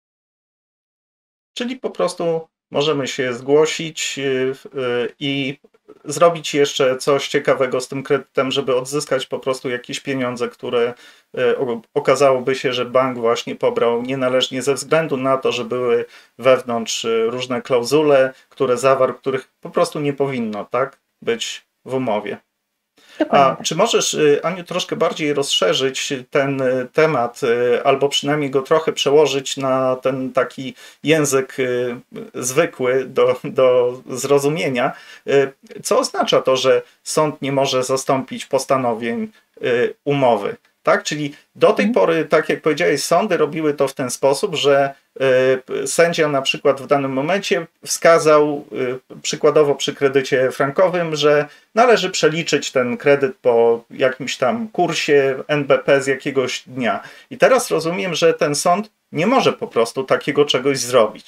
Czyli po prostu możemy się zgłosić i zrobić jeszcze coś ciekawego z tym kredytem, żeby odzyskać po prostu jakieś pieniądze, które okazałoby się, że bank właśnie pobrał nienależnie ze względu na to, że były wewnątrz różne klauzule, które zawarł, których po prostu nie powinno tak być w umowie. A czy możesz, Aniu, troszkę bardziej rozszerzyć ten temat, albo przynajmniej go trochę przełożyć na ten taki język zwykły do, do zrozumienia? Co oznacza to, że sąd nie może zastąpić postanowień umowy? Tak? Czyli do tej pory, tak jak powiedziałeś, sądy robiły to w ten sposób, że y, sędzia na przykład w danym momencie wskazał y, przykładowo przy kredycie frankowym, że należy przeliczyć ten kredyt po jakimś tam kursie N B P z jakiegoś dnia. I teraz rozumiem, że ten sąd nie może po prostu takiego czegoś zrobić.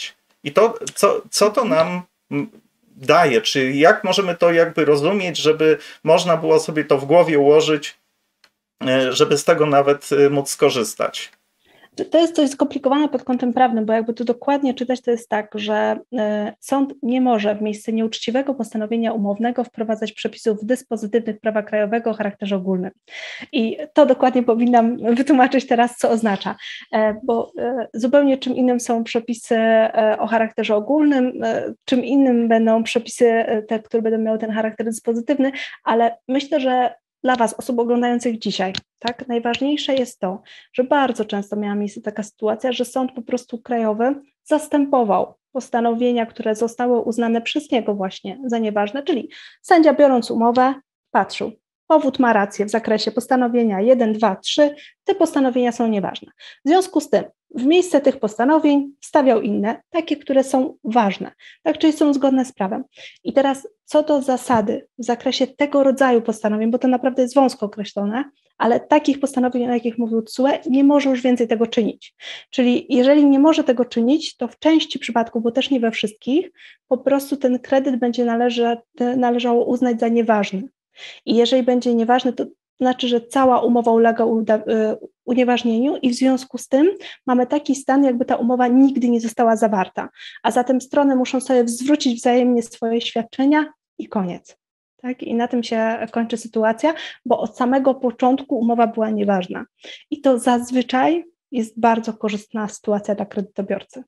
I to, co, co to nam daje, czy jak możemy to jakby rozumieć, żeby można było sobie to w głowie ułożyć, żeby z tego nawet móc skorzystać? To jest dość skomplikowane pod kątem prawnym, bo jakby tu dokładnie czytać, to jest tak, że sąd nie może w miejsce nieuczciwego postanowienia umownego wprowadzać przepisów dyspozytywnych prawa krajowego o charakterze ogólnym. I to dokładnie powinnam wytłumaczyć teraz, co oznacza, bo zupełnie czym innym są przepisy o charakterze ogólnym, czym innym będą przepisy te, które będą miały ten charakter dyspozytywny, ale myślę, że dla Was, osób oglądających dzisiaj, tak, najważniejsze jest to, że bardzo często miała miejsce taka sytuacja, że sąd po prostu krajowy zastępował postanowienia, które zostały uznane przez niego właśnie za nieważne, czyli sędzia biorąc umowę patrzył, powód ma rację w zakresie postanowienia jeden, dwa, trzy, te postanowienia są nieważne. W związku z tym w miejsce tych postanowień wstawiał inne, takie, które są ważne, tak, czyli są zgodne z prawem. I teraz co do zasady w zakresie tego rodzaju postanowień, bo to naprawdę jest wąsko określone, ale takich postanowień, o jakich mówił T S U E, nie może już więcej tego czynić. Czyli jeżeli nie może tego czynić, to w części przypadków, bo też nie we wszystkich, po prostu ten kredyt będzie należy, należało uznać za nieważny. I jeżeli będzie nieważny, to znaczy, że cała umowa ulega unieważnieniu i w związku z tym mamy taki stan, jakby ta umowa nigdy nie została zawarta, a zatem strony muszą sobie zwrócić wzajemnie swoje świadczenia i koniec. Tak? I na tym się kończy sytuacja, bo od samego początku umowa była nieważna. I to zazwyczaj jest bardzo korzystna sytuacja dla kredytobiorcy.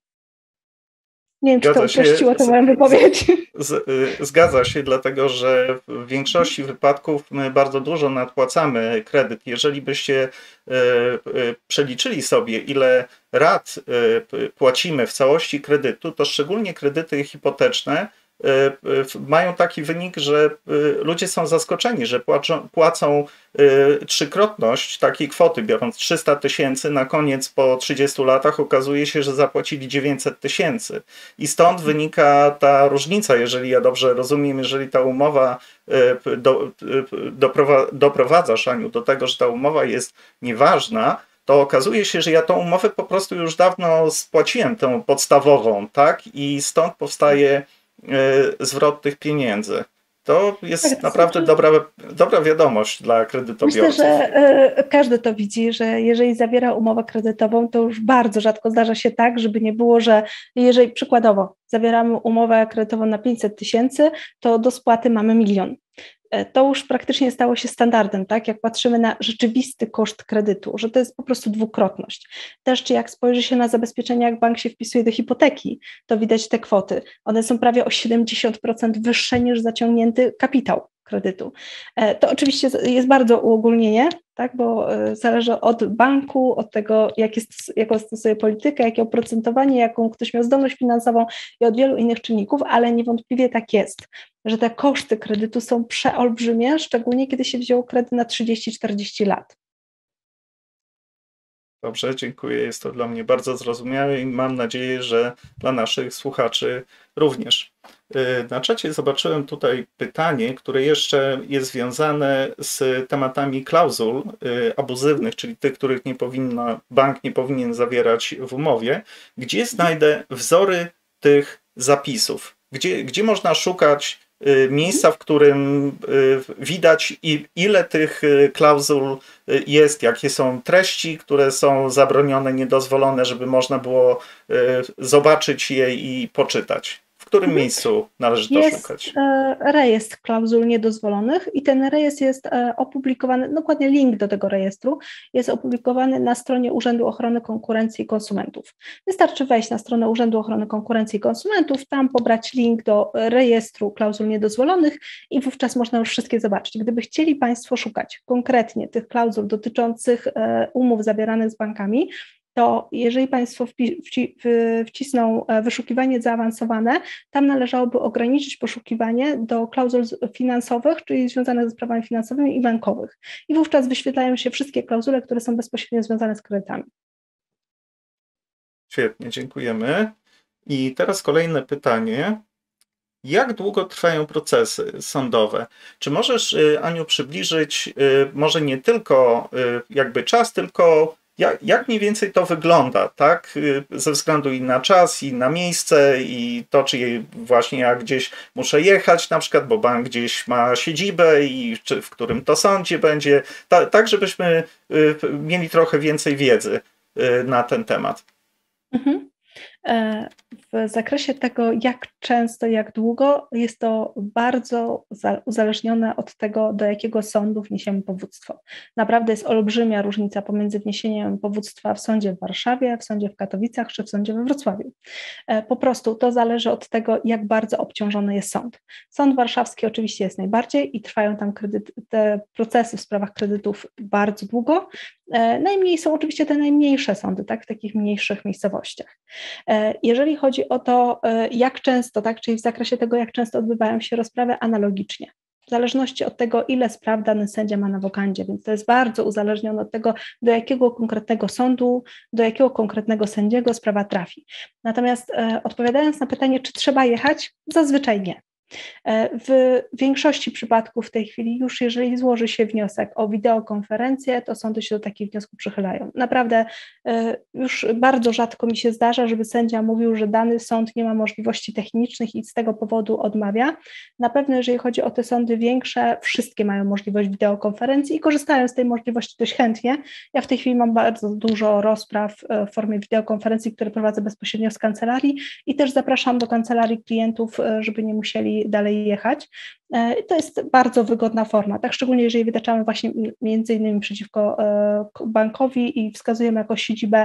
Nie wiem, czy to uprościło tę moją wypowiedź. Z, zgadza się, dlatego że w większości wypadków my bardzo dużo nadpłacamy kredyt. Jeżeli byście y, y, przeliczyli sobie, ile rat y, płacimy w całości kredytu, to szczególnie kredyty hipoteczne mają taki wynik, że ludzie są zaskoczeni, że płacą, płacą trzykrotność takiej kwoty, biorąc trzysta tysięcy, na koniec po trzydziestu latach okazuje się, że zapłacili dziewięćset tysięcy. I stąd wynika ta różnica, jeżeli ja dobrze rozumiem, jeżeli ta umowa do, doprowadza, doprowadza, Aniu, do tego, że ta umowa jest nieważna, to okazuje się, że ja tą umowę po prostu już dawno spłaciłem, tą podstawową, tak? I stąd powstaje zwrot tych pieniędzy. To jest tak, to naprawdę znaczy... dobra, dobra wiadomość dla kredytobiorców. Myślę, że y, każdy to widzi, że jeżeli zawiera umowę kredytową, to już bardzo rzadko zdarza się tak, żeby nie było, że jeżeli przykładowo zawieramy umowę kredytową na pięćset tysięcy, to do spłaty mamy milion. To już praktycznie stało się standardem, tak? Jak patrzymy na rzeczywisty koszt kredytu, że to jest po prostu dwukrotność. Też czy jak spojrzy się na zabezpieczenia, jak bank się wpisuje do hipoteki, to widać te kwoty. One są prawie o siedemdziesiąt procent wyższe niż zaciągnięty kapitał kredytu. To oczywiście jest bardzo uogólnienie, tak, bo zależy od banku, od tego, jak jest, jaką stosuje politykę, jakie oprocentowanie, jaką ktoś miał zdolność finansową i od wielu innych czynników, ale niewątpliwie tak jest, że te koszty kredytu są przeolbrzymie, szczególnie kiedy się wzięło kredyt na trzydzieści czterdzieści lat. Dobrze, dziękuję. Jest to dla mnie bardzo zrozumiałe i mam nadzieję, że dla naszych słuchaczy również. Na czacie zobaczyłem tutaj pytanie, które jeszcze jest związane z tematami klauzul abuzywnych, czyli tych, których nie powinno, bank nie powinien zawierać w umowie. Gdzie znajdę wzory tych zapisów? Gdzie, gdzie można szukać miejsca, w którym widać, ile tych klauzul jest, jakie są treści, które są zabronione, niedozwolone, żeby można było zobaczyć je i poczytać. W którym mhm. miejscu należy to jest szukać? Jest rejestr klauzul niedozwolonych i ten rejestr jest opublikowany, dokładnie link do tego rejestru jest opublikowany na stronie Urzędu Ochrony Konkurencji i Konsumentów. Wystarczy wejść na stronę Urzędu Ochrony Konkurencji i Konsumentów, tam pobrać link do rejestru klauzul niedozwolonych i wówczas można już wszystkie zobaczyć. Gdyby chcieli Państwo szukać konkretnie tych klauzul dotyczących umów zawieranych z bankami, to jeżeli Państwo wcisną wyszukiwanie zaawansowane, tam należałoby ograniczyć poszukiwanie do klauzul finansowych, czyli związanych ze sprawami finansowymi i bankowych. I wówczas wyświetlają się wszystkie klauzule, które są bezpośrednio związane z kredytami. Świetnie, dziękujemy. I teraz kolejne pytanie. Jak długo trwają procesy sądowe? Czy możesz, Aniu, przybliżyć może nie tylko jakby czas, tylko Jak, jak mniej więcej to wygląda, tak? Ze względu i na czas, i na miejsce, i to, czy właśnie ja gdzieś muszę jechać, na przykład, bo bank gdzieś ma siedzibę i czy w którym to sądzie będzie, ta, tak żebyśmy mieli trochę więcej wiedzy na ten temat. Mhm. W zakresie tego, jak często, jak długo, jest to bardzo uzależnione od tego, do jakiego sądu wniesiemy powództwo. Naprawdę jest olbrzymia różnica pomiędzy wniesieniem powództwa w sądzie w Warszawie, w sądzie w Katowicach czy w sądzie we Wrocławiu. Po prostu to zależy od tego, jak bardzo obciążony jest sąd. Sąd warszawski oczywiście jest najbardziej i trwają tam kredyt, te procesy w sprawach kredytów bardzo długo. Najmniej są oczywiście te najmniejsze sądy, tak, w takich mniejszych miejscowościach. Jeżeli chodzi o to, jak często, tak, czyli w zakresie tego, jak często odbywają się rozprawy, analogicznie. W zależności od tego, ile spraw dany sędzia ma na wokandzie, więc to jest bardzo uzależnione od tego, do jakiego konkretnego sądu, do jakiego konkretnego sędziego sprawa trafi. Natomiast odpowiadając na pytanie, czy trzeba jechać, zazwyczaj nie. W większości przypadków w tej chwili już jeżeli złoży się wniosek o wideokonferencję, to sądy się do takich wniosków przychylają. Naprawdę już bardzo rzadko mi się zdarza, żeby sędzia mówił, że dany sąd nie ma możliwości technicznych i z tego powodu odmawia. Na pewno jeżeli chodzi o te sądy większe, wszystkie mają możliwość wideokonferencji i korzystają z tej możliwości dość chętnie. Ja w tej chwili mam bardzo dużo rozpraw w formie wideokonferencji, które prowadzę bezpośrednio z kancelarii i też zapraszam do kancelarii klientów, żeby nie musieli dalej jechać. To jest bardzo wygodna forma, tak, szczególnie jeżeli wytaczamy właśnie między innymi przeciwko bankowi i wskazujemy jako siedzibę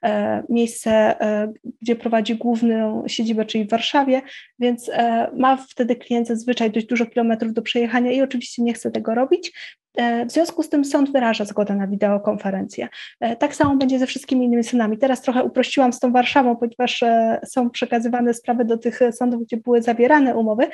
miejsce, gdzie prowadzi główną siedzibę, czyli w Warszawie, więc ma wtedy klient zazwyczaj dość dużo kilometrów do przejechania i oczywiście nie chce tego robić. W związku z tym sąd wyraża zgodę na wideokonferencję. Tak samo będzie ze wszystkimi innymi sądami. Teraz trochę uprościłam z tą Warszawą, ponieważ są przekazywane sprawy do tych sądów, gdzie były zawierane umowy,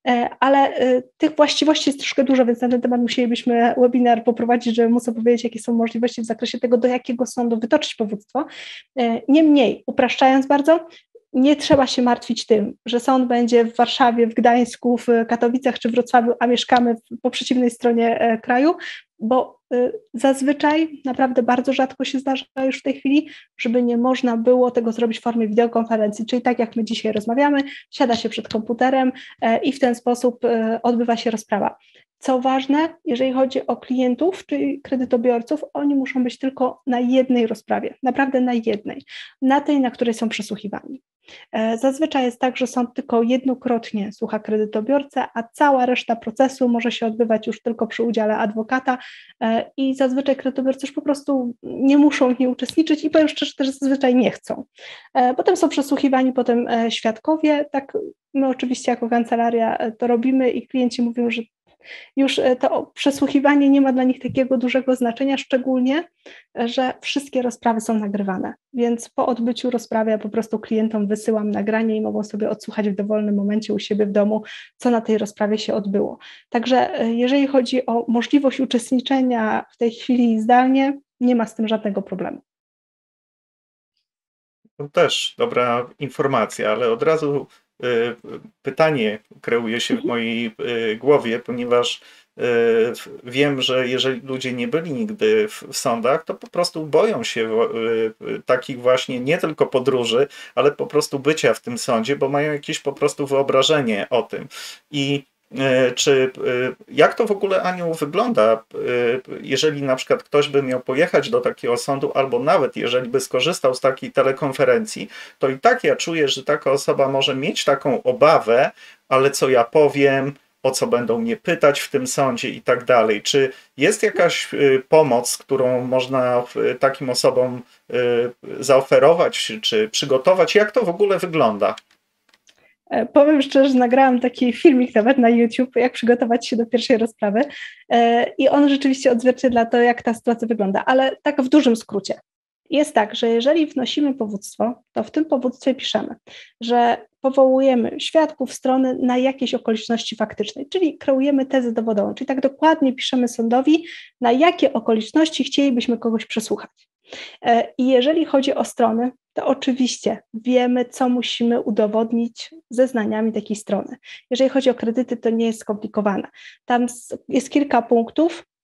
ale tych właściwości jest troszkę dużo, więc na ten temat musielibyśmy webinar poprowadzić, żeby móc opowiedzieć, jakie są możliwości w zakresie tego, do jakiego sądu wytoczyć powództwo. Niemniej, upraszczając bardzo, nie trzeba się martwić tym, że sąd będzie w Warszawie, w Gdańsku, w Katowicach czy Wrocławiu, a mieszkamy po przeciwnej stronie kraju, bo zazwyczaj, naprawdę bardzo rzadko się zdarza już w tej chwili, żeby nie można było tego zrobić w formie wideokonferencji, czyli tak jak my dzisiaj rozmawiamy, siada się przed komputerem i w ten sposób odbywa się rozprawa. Co ważne, jeżeli chodzi o klientów, czyli kredytobiorców, oni muszą być tylko na jednej rozprawie, naprawdę na jednej, na tej, na której są przesłuchiwani. Zazwyczaj jest tak, że sąd tylko jednokrotnie słucha kredytobiorcę, a cała reszta procesu może się odbywać już tylko przy udziale adwokata i zazwyczaj kredytobiorcy już po prostu nie muszą w niej uczestniczyć i powiem szczerze, też zazwyczaj nie chcą. Potem są przesłuchiwani potem świadkowie, tak my oczywiście jako kancelaria to robimy i klienci mówią, że już to przesłuchiwanie nie ma dla nich takiego dużego znaczenia, szczególnie, że wszystkie rozprawy są nagrywane, więc po odbyciu rozprawy ja po prostu klientom wysyłam nagranie i mogą sobie odsłuchać w dowolnym momencie u siebie w domu, co na tej rozprawie się odbyło. Także jeżeli chodzi o możliwość uczestniczenia w tej chwili zdalnie, nie ma z tym żadnego problemu. To też dobra informacja, ale od razu pytanie kreuje się w mojej głowie, ponieważ wiem, że jeżeli ludzie nie byli nigdy w sądach, to po prostu boją się takich właśnie nie tylko podróży, ale po prostu bycia w tym sądzie, bo mają jakieś po prostu wyobrażenie o tym. I czy jak to w ogóle, Aniu, wygląda, jeżeli na przykład ktoś by miał pojechać do takiego sądu, albo nawet jeżeli by skorzystał z takiej telekonferencji, to i tak ja czuję, że taka osoba może mieć taką obawę, ale co ja powiem, o co będą mnie pytać w tym sądzie i tak dalej. Czy jest jakaś pomoc, którą można takim osobom zaoferować, czy przygotować? Jak to w ogóle wygląda? Powiem szczerze, że nagrałam taki filmik nawet na YouTube, jak przygotować się do pierwszej rozprawy i on rzeczywiście odzwierciedla to, jak ta sytuacja wygląda, ale tak w dużym skrócie. Jest tak, że jeżeli wnosimy powództwo, to w tym powództwie piszemy, że powołujemy świadków strony na jakieś okoliczności faktycznej, czyli kreujemy tezę dowodową, czyli tak dokładnie piszemy sądowi, na jakie okoliczności chcielibyśmy kogoś przesłuchać. I jeżeli chodzi o strony, to oczywiście wiemy, co musimy udowodnić zeznaniami takiej strony. Jeżeli chodzi o kredyty, to nie jest skomplikowane. Tam jest kilka punktów,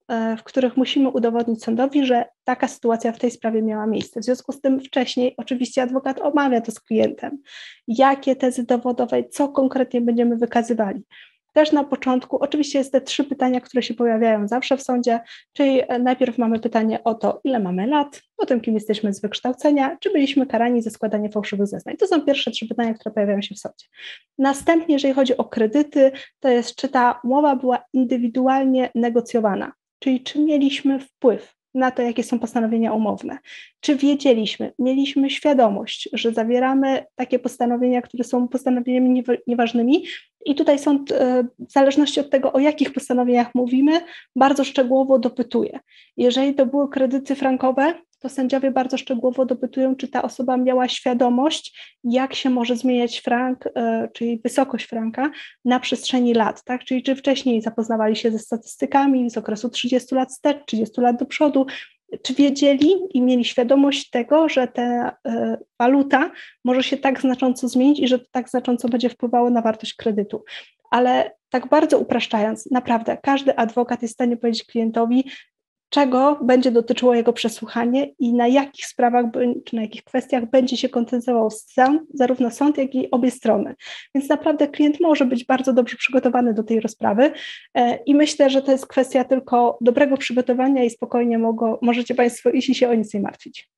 w których musimy udowodnić sądowi, że taka sytuacja w tej sprawie miała miejsce. W związku z tym wcześniej oczywiście adwokat omawia to z klientem, jakie tezy dowodowe, co konkretnie będziemy wykazywali. Też na początku, oczywiście jest te trzy pytania, które się pojawiają zawsze w sądzie, czyli najpierw mamy pytanie o to, ile mamy lat, potem kim jesteśmy z wykształcenia, czy byliśmy karani za składanie fałszywych zeznań. To są pierwsze trzy pytania, które pojawiają się w sądzie. Następnie, jeżeli chodzi o kredyty, to jest, czy ta umowa była indywidualnie negocjowana, czyli czy mieliśmy wpływ na to, jakie są postanowienia umowne. Czy wiedzieliśmy, mieliśmy świadomość, że zawieramy takie postanowienia, które są postanowieniami nieważnymi i tutaj sąd w zależności od tego, o jakich postanowieniach mówimy, bardzo szczegółowo dopytuje. Jeżeli to były kredyty frankowe, to sędziowie bardzo szczegółowo dopytują, czy ta osoba miała świadomość, jak się może zmieniać frank, czyli wysokość franka na przestrzeni lat, tak? Czyli czy wcześniej zapoznawali się ze statystykami z okresu trzydziestu lat wstecz, trzydziestu lat do przodu, czy wiedzieli i mieli świadomość tego, że ta waluta może się tak znacząco zmienić i że to tak znacząco będzie wpływało na wartość kredytu. Ale tak bardzo upraszczając, naprawdę każdy adwokat jest w stanie powiedzieć klientowi, czego będzie dotyczyło jego przesłuchanie i na jakich sprawach, czy na jakich kwestiach będzie się koncentrował sąd, zarówno sąd, jak i obie strony. Więc naprawdę klient może być bardzo dobrze przygotowany do tej rozprawy i myślę, że to jest kwestia tylko dobrego przygotowania i spokojnie mogą, możecie Państwo iść i się o nic nie martwić.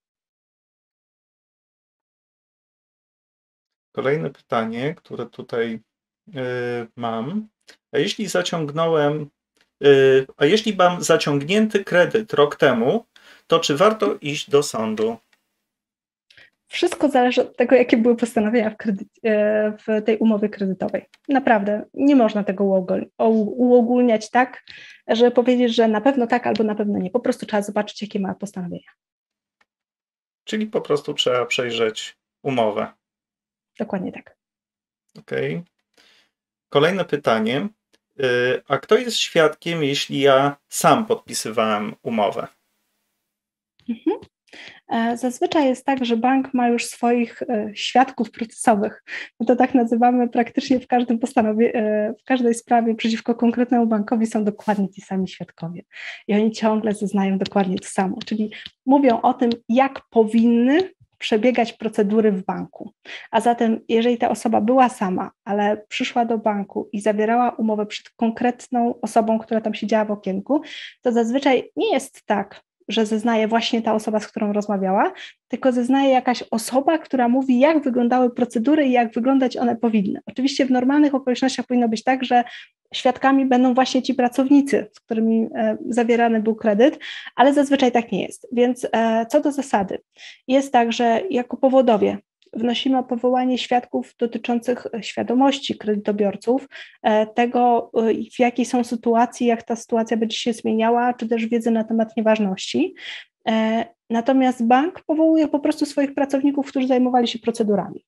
Kolejne pytanie, które tutaj y, mam. A jeśli zaciągnąłem A jeśli mam zaciągnięty kredyt rok temu, to czy warto iść do sądu? Wszystko zależy od tego, jakie były postanowienia w, kredyt, w tej umowie kredytowej. Naprawdę, nie można tego uogólniać tak, żeby powiedzieć, że na pewno tak albo na pewno nie. Po prostu trzeba zobaczyć, jakie ma postanowienia. Czyli po prostu trzeba przejrzeć umowę. Dokładnie tak. Okej. Okay. Kolejne pytanie. A kto jest świadkiem, jeśli ja sam podpisywałem umowę? Mhm. Zazwyczaj jest tak, że bank ma już swoich świadków procesowych. My to tak nazywamy praktycznie w każdym postanowie, w każdej sprawie przeciwko konkretnemu bankowi są dokładnie ci sami świadkowie. I oni ciągle zeznają dokładnie to samo, czyli mówią o tym, jak powinny przebiegać procedury w banku. A zatem, jeżeli ta osoba była sama, ale przyszła do banku i zawierała umowę przed konkretną osobą, która tam siedziała w okienku, to zazwyczaj nie jest tak, że zeznaje właśnie ta osoba, z którą rozmawiała, tylko zeznaje jakaś osoba, która mówi, jak wyglądały procedury i jak wyglądać one powinny. Oczywiście w normalnych okolicznościach powinno być tak, że świadkami będą właśnie ci pracownicy, z którymi e, zawierany był kredyt, ale zazwyczaj tak nie jest. Więc e, co do zasady, jest tak, że jako powodowie wnosimy o powołanie świadków dotyczących świadomości kredytobiorców, e, tego e, w jakiej są sytuacji, jak ta sytuacja będzie się zmieniała, czy też wiedzy na temat nieważności. E, natomiast bank powołuje po prostu swoich pracowników, którzy zajmowali się procedurami.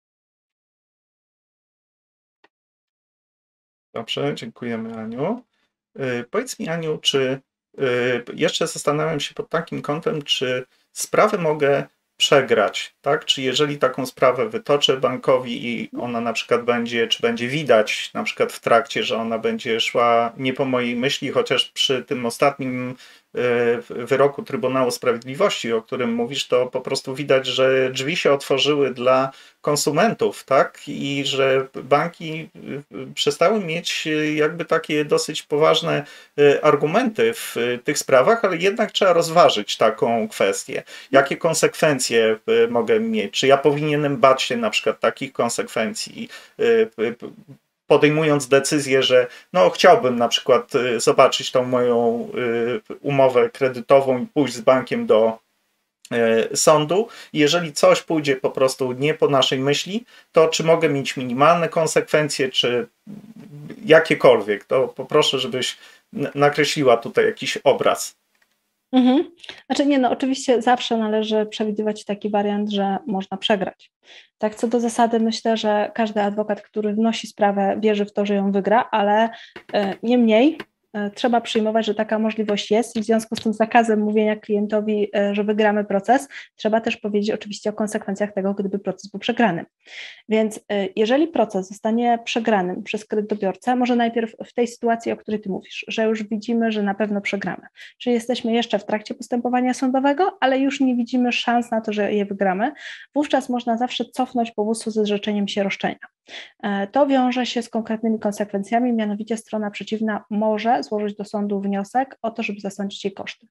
Dobrze, dziękujemy, Aniu. Powiedz mi, Aniu, czy jeszcze zastanawiam się pod takim kątem, czy sprawę mogę przegrać, tak? Czy jeżeli taką sprawę wytoczę bankowi i ona na przykład będzie, czy będzie widać na przykład w trakcie, że ona będzie szła nie po mojej myśli, chociaż przy tym ostatnim wyroku Trybunału Sprawiedliwości, o którym mówisz, to po prostu widać, że drzwi się otworzyły dla konsumentów, tak? I że banki przestały mieć jakby takie dosyć poważne argumenty w tych sprawach, ale jednak trzeba rozważyć taką kwestię. Jakie konsekwencje mogę mieć? Czy ja powinienem bać się na przykład takich konsekwencji, podejmując decyzję, że no chciałbym na przykład zobaczyć tą moją umowę kredytową i pójść z bankiem do sądu. Jeżeli coś pójdzie po prostu nie po naszej myśli, to czy mogę mieć minimalne konsekwencje, czy jakiekolwiek, to poproszę, żebyś nakreśliła tutaj jakiś obraz. Mhm. Znaczy nie, no oczywiście zawsze należy przewidywać taki wariant, że można przegrać. Tak, co do zasady myślę, że każdy adwokat, który wnosi sprawę, wierzy w to, że ją wygra, ale niemniej trzeba przyjmować, że taka możliwość jest i w związku z tym zakazem mówienia klientowi, że wygramy proces, trzeba też powiedzieć oczywiście o konsekwencjach tego, gdyby proces był przegrany. Więc jeżeli proces zostanie przegrany przez kredytobiorcę, może najpierw w tej sytuacji, o której Ty mówisz, że już widzimy, że na pewno przegramy, czyli jesteśmy jeszcze w trakcie postępowania sądowego, ale już nie widzimy szans na to, że je wygramy, wówczas można zawsze cofnąć powództwo ze zrzeczeniem się roszczenia. To wiąże się z konkretnymi konsekwencjami, mianowicie strona przeciwna może złożyć do sądu wniosek o to, żeby zasądzić jej koszty.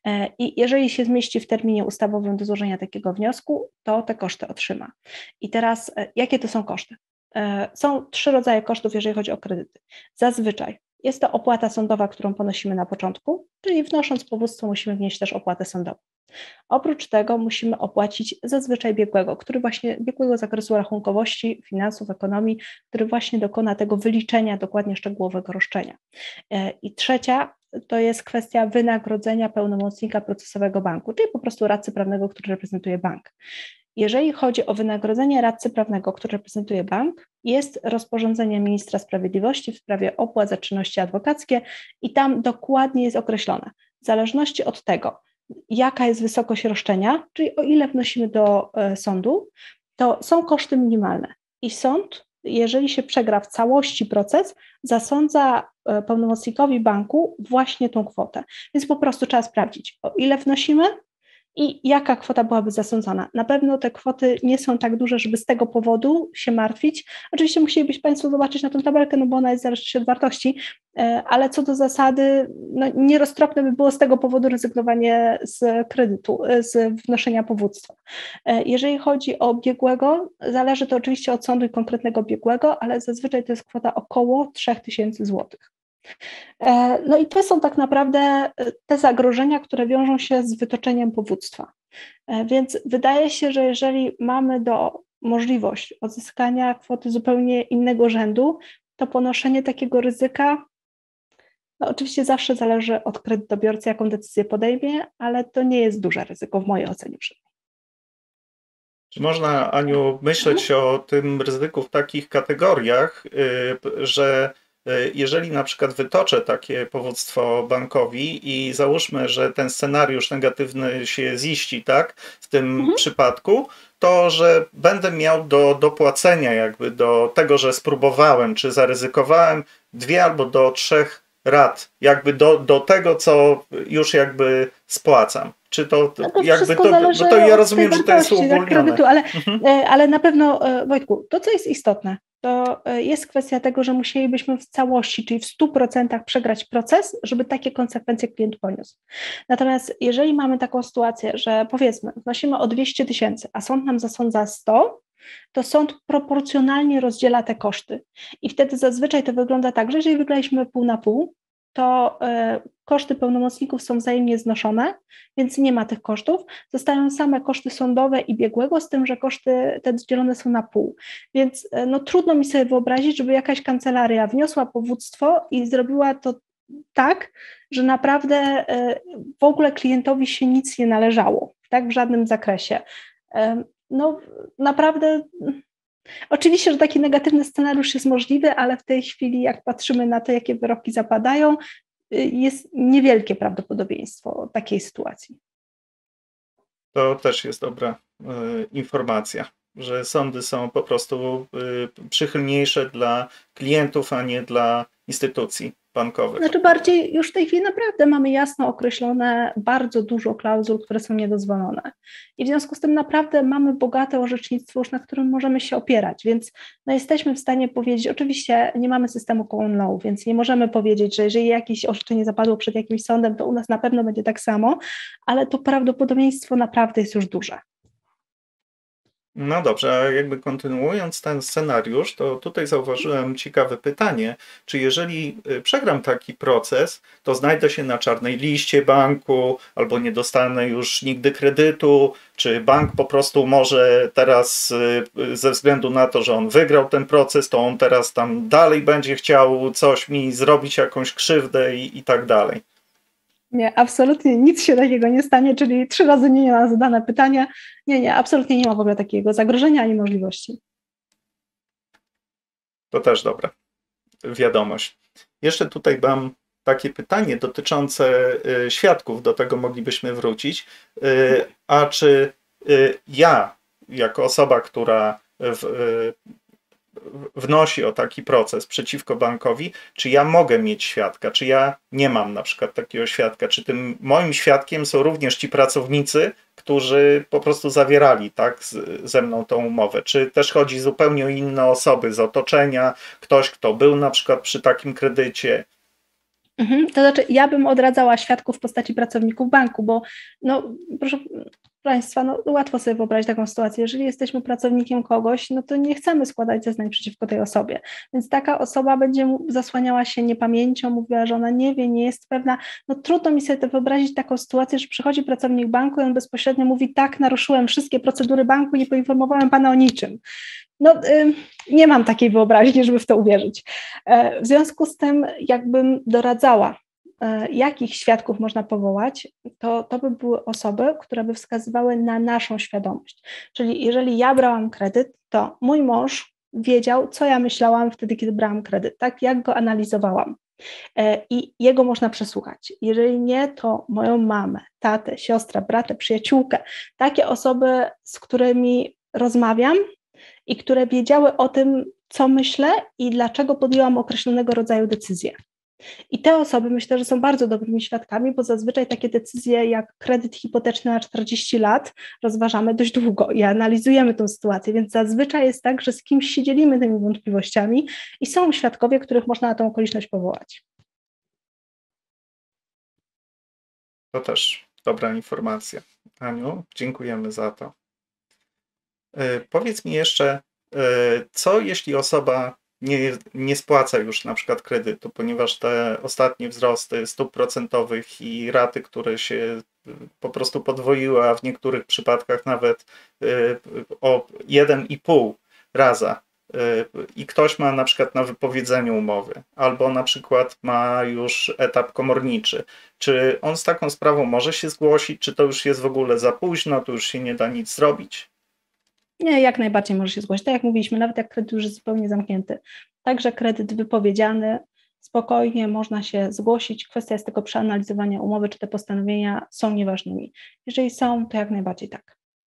I jeżeli się zmieści w terminie ustawowym do złożenia takiego wniosku, to te koszty otrzyma. I teraz, jakie to są koszty? Są trzy rodzaje kosztów, jeżeli chodzi o kredyty. Zazwyczaj jest to opłata sądowa, którą ponosimy na początku, czyli wnosząc powództwo musimy wnieść też opłatę sądową. Oprócz tego musimy opłacić zazwyczaj biegłego, który właśnie biegłego z zakresu rachunkowości, finansów, ekonomii, który właśnie dokona tego wyliczenia dokładnie szczegółowego roszczenia. I trzecia to jest kwestia wynagrodzenia pełnomocnika procesowego banku, czyli po prostu radcy prawnego, który reprezentuje bank. Jeżeli chodzi o wynagrodzenie radcy prawnego, który reprezentuje bank, jest rozporządzenie ministra sprawiedliwości w sprawie opłat za czynności adwokackie i tam dokładnie jest określone, w zależności od tego, jaka jest wysokość roszczenia, czyli o ile wnosimy do sądu, to są koszty minimalne i sąd, jeżeli się przegra w całości proces, zasądza pełnomocnikowi banku właśnie tą kwotę. Więc po prostu trzeba sprawdzić, o ile wnosimy i jaka kwota byłaby zasądzona. Na pewno te kwoty nie są tak duże, żeby z tego powodu się martwić. Oczywiście musielibyście Państwo zobaczyć na tę tabelkę, no bo ona jest zależy się od wartości, ale co do zasady, no nieroztropne by było z tego powodu rezygnowanie z kredytu, z wnoszenia powództwa. Jeżeli chodzi o biegłego, zależy to oczywiście od sądu i konkretnego biegłego, ale zazwyczaj to jest kwota około trzy tysiące złotych. No i to są tak naprawdę te zagrożenia, które wiążą się z wytoczeniem powództwa. Więc wydaje się, że jeżeli mamy do możliwość odzyskania kwoty zupełnie innego rzędu, to ponoszenie takiego ryzyka, no oczywiście zawsze zależy od kredytobiorcy, jaką decyzję podejmie, ale to nie jest duże ryzyko w mojej ocenie przynajmniej. Czy można, Aniu, myśleć o tym ryzyku w takich kategoriach, że jeżeli na przykład wytoczę takie powództwo bankowi i załóżmy, że ten scenariusz negatywny się ziści, tak, w tym mhm. przypadku, to że będę miał do dopłacenia jakby do tego, że spróbowałem, czy zaryzykowałem dwie albo do trzech rat, jakby do, do tego, co już jakby spłacam. Czy to, no to jakby to, bo to ja rozumiem, że to jest uogólnione. Kredytu, ale, mhm. ale na pewno, Wojtku, to co jest istotne, to jest kwestia tego, że musielibyśmy w całości, czyli w stu procentach przegrać proces, żeby takie konsekwencje klient poniósł. Natomiast jeżeli mamy taką sytuację, że powiedzmy, wnosimy o dwieście tysięcy, a sąd nam zasądza sto, to sąd proporcjonalnie rozdziela te koszty. I wtedy zazwyczaj to wygląda tak, że jeżeli wygraliśmy pół na pół, to y, koszty pełnomocników są wzajemnie znoszone, więc nie ma tych kosztów. Zostają same koszty sądowe i biegłego, z tym, że koszty te dzielone są na pół. Więc y, no, trudno mi sobie wyobrazić, żeby jakaś kancelaria wniosła powództwo i zrobiła to tak, że naprawdę y, w ogóle klientowi się nic nie należało, tak, w żadnym zakresie. Y, no naprawdę... Oczywiście, że taki negatywny scenariusz jest możliwy, ale w tej chwili, jak patrzymy na to, jakie wyroki zapadają, jest niewielkie prawdopodobieństwo takiej sytuacji. To też jest dobra y, informacja, że sądy są po prostu y, przychylniejsze dla klientów, a nie dla instytucji bankowych. Znaczy bardziej już w tej chwili naprawdę mamy jasno określone bardzo dużo klauzul, które są niedozwolone. I w związku z tym naprawdę mamy bogate orzecznictwo już, na którym możemy się opierać, więc no jesteśmy w stanie powiedzieć, oczywiście nie mamy systemu common law, więc nie możemy powiedzieć, że jeżeli jakieś orzeczenie zapadło przed jakimś sądem, to u nas na pewno będzie tak samo, ale to prawdopodobieństwo naprawdę jest już duże. No dobrze, a jakby kontynuując ten scenariusz, to tutaj zauważyłem ciekawe pytanie, czy jeżeli przegram taki proces, to znajdę się na czarnej liście banku, albo nie dostanę już nigdy kredytu, czy bank po prostu może teraz ze względu na to, że on wygrał ten proces, to on teraz tam dalej będzie chciał coś mi zrobić, jakąś krzywdę i, i tak dalej. Nie, absolutnie nic się takiego nie stanie, czyli trzy razy nie na zadane pytanie. Nie, nie, absolutnie nie ma w ogóle takiego zagrożenia ani możliwości. To też dobra wiadomość. Jeszcze tutaj mam takie pytanie dotyczące świadków, do tego moglibyśmy wrócić. A czy ja, jako osoba, która w, wnosi o taki proces przeciwko bankowi, czy ja mogę mieć świadka, czy ja nie mam na przykład takiego świadka, czy tym moim świadkiem są również ci pracownicy, którzy po prostu zawierali, tak, z, ze mną tą umowę, czy też chodzi zupełnie o inne osoby z otoczenia, ktoś, kto był na przykład przy takim kredycie. Mhm, to znaczy ja bym odradzała świadków w postaci pracowników banku, bo no proszę Państwa, no łatwo sobie wyobrazić taką sytuację. Jeżeli jesteśmy pracownikiem kogoś, no to nie chcemy składać zeznań przeciwko tej osobie. Więc taka osoba będzie zasłaniała się niepamięcią, mówiła, że ona nie wie, nie jest pewna. No trudno mi sobie to wyobrazić taką sytuację, że przychodzi pracownik banku i on bezpośrednio mówi, tak, naruszyłem wszystkie procedury banku, nie poinformowałem Pana o niczym. No y, nie mam takiej wyobraźni, żeby w to uwierzyć. E, w związku z tym, jakbym doradzała, jakich świadków można powołać, to, to by były osoby, które by wskazywały na naszą świadomość. Czyli jeżeli ja brałam kredyt, to mój mąż wiedział, co ja myślałam wtedy, kiedy brałam kredyt, tak, jak go analizowałam. I jego można przesłuchać. Jeżeli nie, to moją mamę, tatę, siostrę, brata, przyjaciółkę, takie osoby, z którymi rozmawiam i które wiedziały o tym, co myślę i dlaczego podjęłam określonego rodzaju decyzje. I te osoby myślę, że są bardzo dobrymi świadkami, bo zazwyczaj takie decyzje jak kredyt hipoteczny na czterdzieści lat rozważamy dość długo i analizujemy tę sytuację, więc zazwyczaj jest tak, że z kimś się dzielimy tymi wątpliwościami i są świadkowie, których można na tę okoliczność powołać. To też dobra informacja. Aniu, dziękujemy za to. Yy, powiedz mi jeszcze, yy, co jeśli osoba nie, nie spłaca już na przykład kredytu, ponieważ te ostatnie wzrosty stóp procentowych i raty, które się po prostu podwoiły, a w niektórych przypadkach nawet o jeden i pół raza i ktoś ma na przykład na wypowiedzeniu umowy, albo na przykład ma już etap komorniczy. Czy on z taką sprawą może się zgłosić, czy to już jest w ogóle za późno, to już się nie da nic zrobić? Nie, jak najbardziej może się zgłosić. Tak jak mówiliśmy, nawet jak kredyt już jest zupełnie zamknięty. Także kredyt wypowiedziany, spokojnie można się zgłosić. Kwestia jest tylko przeanalizowania umowy, czy te postanowienia są nieważnymi. Jeżeli są, to jak najbardziej tak.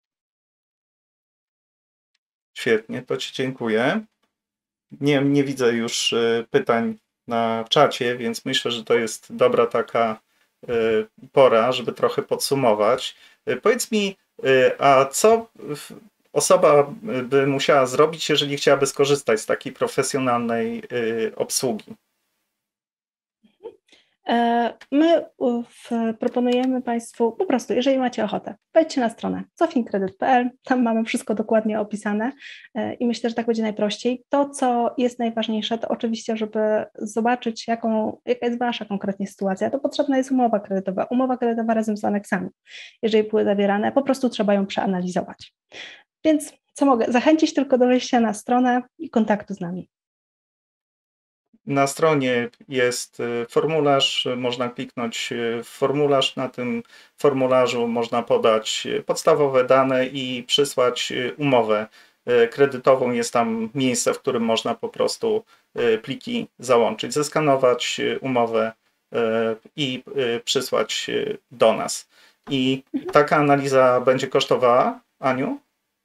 Świetnie, to Ci dziękuję. Nie, nie widzę już pytań na czacie, więc myślę, że to jest dobra taka pora, żeby trochę podsumować. Powiedz mi, a co osoba by musiała zrobić, jeżeli chciałaby skorzystać z takiej profesjonalnej obsługi? My proponujemy Państwu po prostu, jeżeli macie ochotę, wejdźcie na stronę cofinkredyt kropka p l, tam mamy wszystko dokładnie opisane i myślę, że tak będzie najprościej. To, co jest najważniejsze, to oczywiście, żeby zobaczyć, jaką, jaka jest Wasza konkretnie sytuacja, to potrzebna jest umowa kredytowa. Umowa kredytowa razem z aneksami. Jeżeli były zawierane, po prostu trzeba ją przeanalizować. Więc co mogę? Zachęcić tylko do wejścia na stronę i kontaktu z nami. Na stronie jest formularz, można kliknąć w formularz. Na tym formularzu można podać podstawowe dane i przysłać umowę kredytową. Jest tam miejsce, w którym można po prostu pliki załączyć, zeskanować umowę i przysłać do nas. I taka analiza będzie kosztowała, Aniu?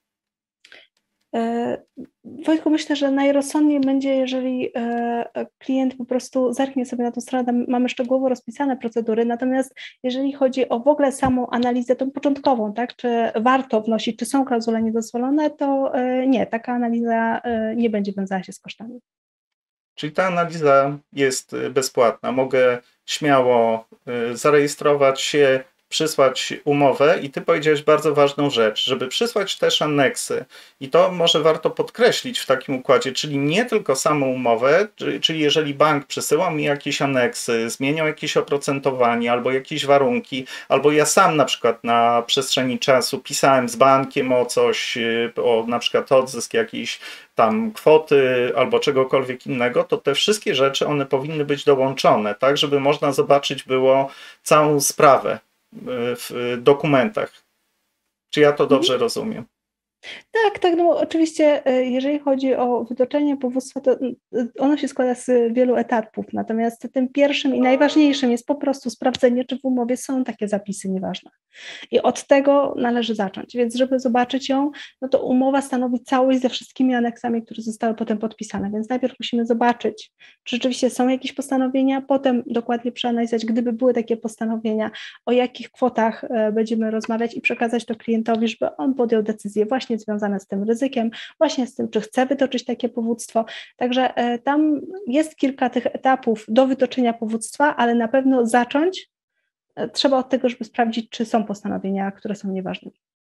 Wojtku, myślę, że najrozsądniej będzie, jeżeli klient po prostu zerknie sobie na tę stronę, mamy szczegółowo rozpisane procedury, natomiast jeżeli chodzi o w ogóle samą analizę, tą początkową, tak, czy warto wnosić, czy są klauzule niedozwolone, to nie, taka analiza nie będzie wiązała się z kosztami. Czyli ta analiza jest bezpłatna. Mogę śmiało zarejestrować się, przysłać umowę i Ty powiedziałeś bardzo ważną rzecz, żeby przysłać też aneksy. I to może warto podkreślić w takim układzie, czyli nie tylko samą umowę, czyli jeżeli bank przysyła mi jakieś aneksy, zmieniał jakieś oprocentowanie albo jakieś warunki, albo ja sam na przykład na przestrzeni czasu pisałem z bankiem o coś, o na przykład odzysk jakiejś tam kwoty albo czegokolwiek innego, to te wszystkie rzeczy, one powinny być dołączone, tak, żeby można zobaczyć było całą sprawę w dokumentach. Czy ja to dobrze rozumiem? Tak, tak, no oczywiście jeżeli chodzi o wytoczenie powództwa, to ono się składa z wielu etapów, natomiast tym pierwszym i najważniejszym jest po prostu sprawdzenie, czy w umowie są takie zapisy, nieważne. I od tego należy zacząć, więc żeby zobaczyć ją, no to umowa stanowi całość ze wszystkimi aneksami, które zostały potem podpisane, więc najpierw musimy zobaczyć, czy rzeczywiście są jakieś postanowienia, potem dokładnie przeanalizować, gdyby były takie postanowienia, o jakich kwotach będziemy rozmawiać i przekazać to klientowi, żeby on podjął decyzję właśnie związane z tym ryzykiem, właśnie z tym, czy chce wytoczyć takie powództwo. Także tam jest kilka tych etapów do wytoczenia powództwa, ale na pewno zacząć trzeba od tego, żeby sprawdzić, czy są postanowienia, które są nieważne.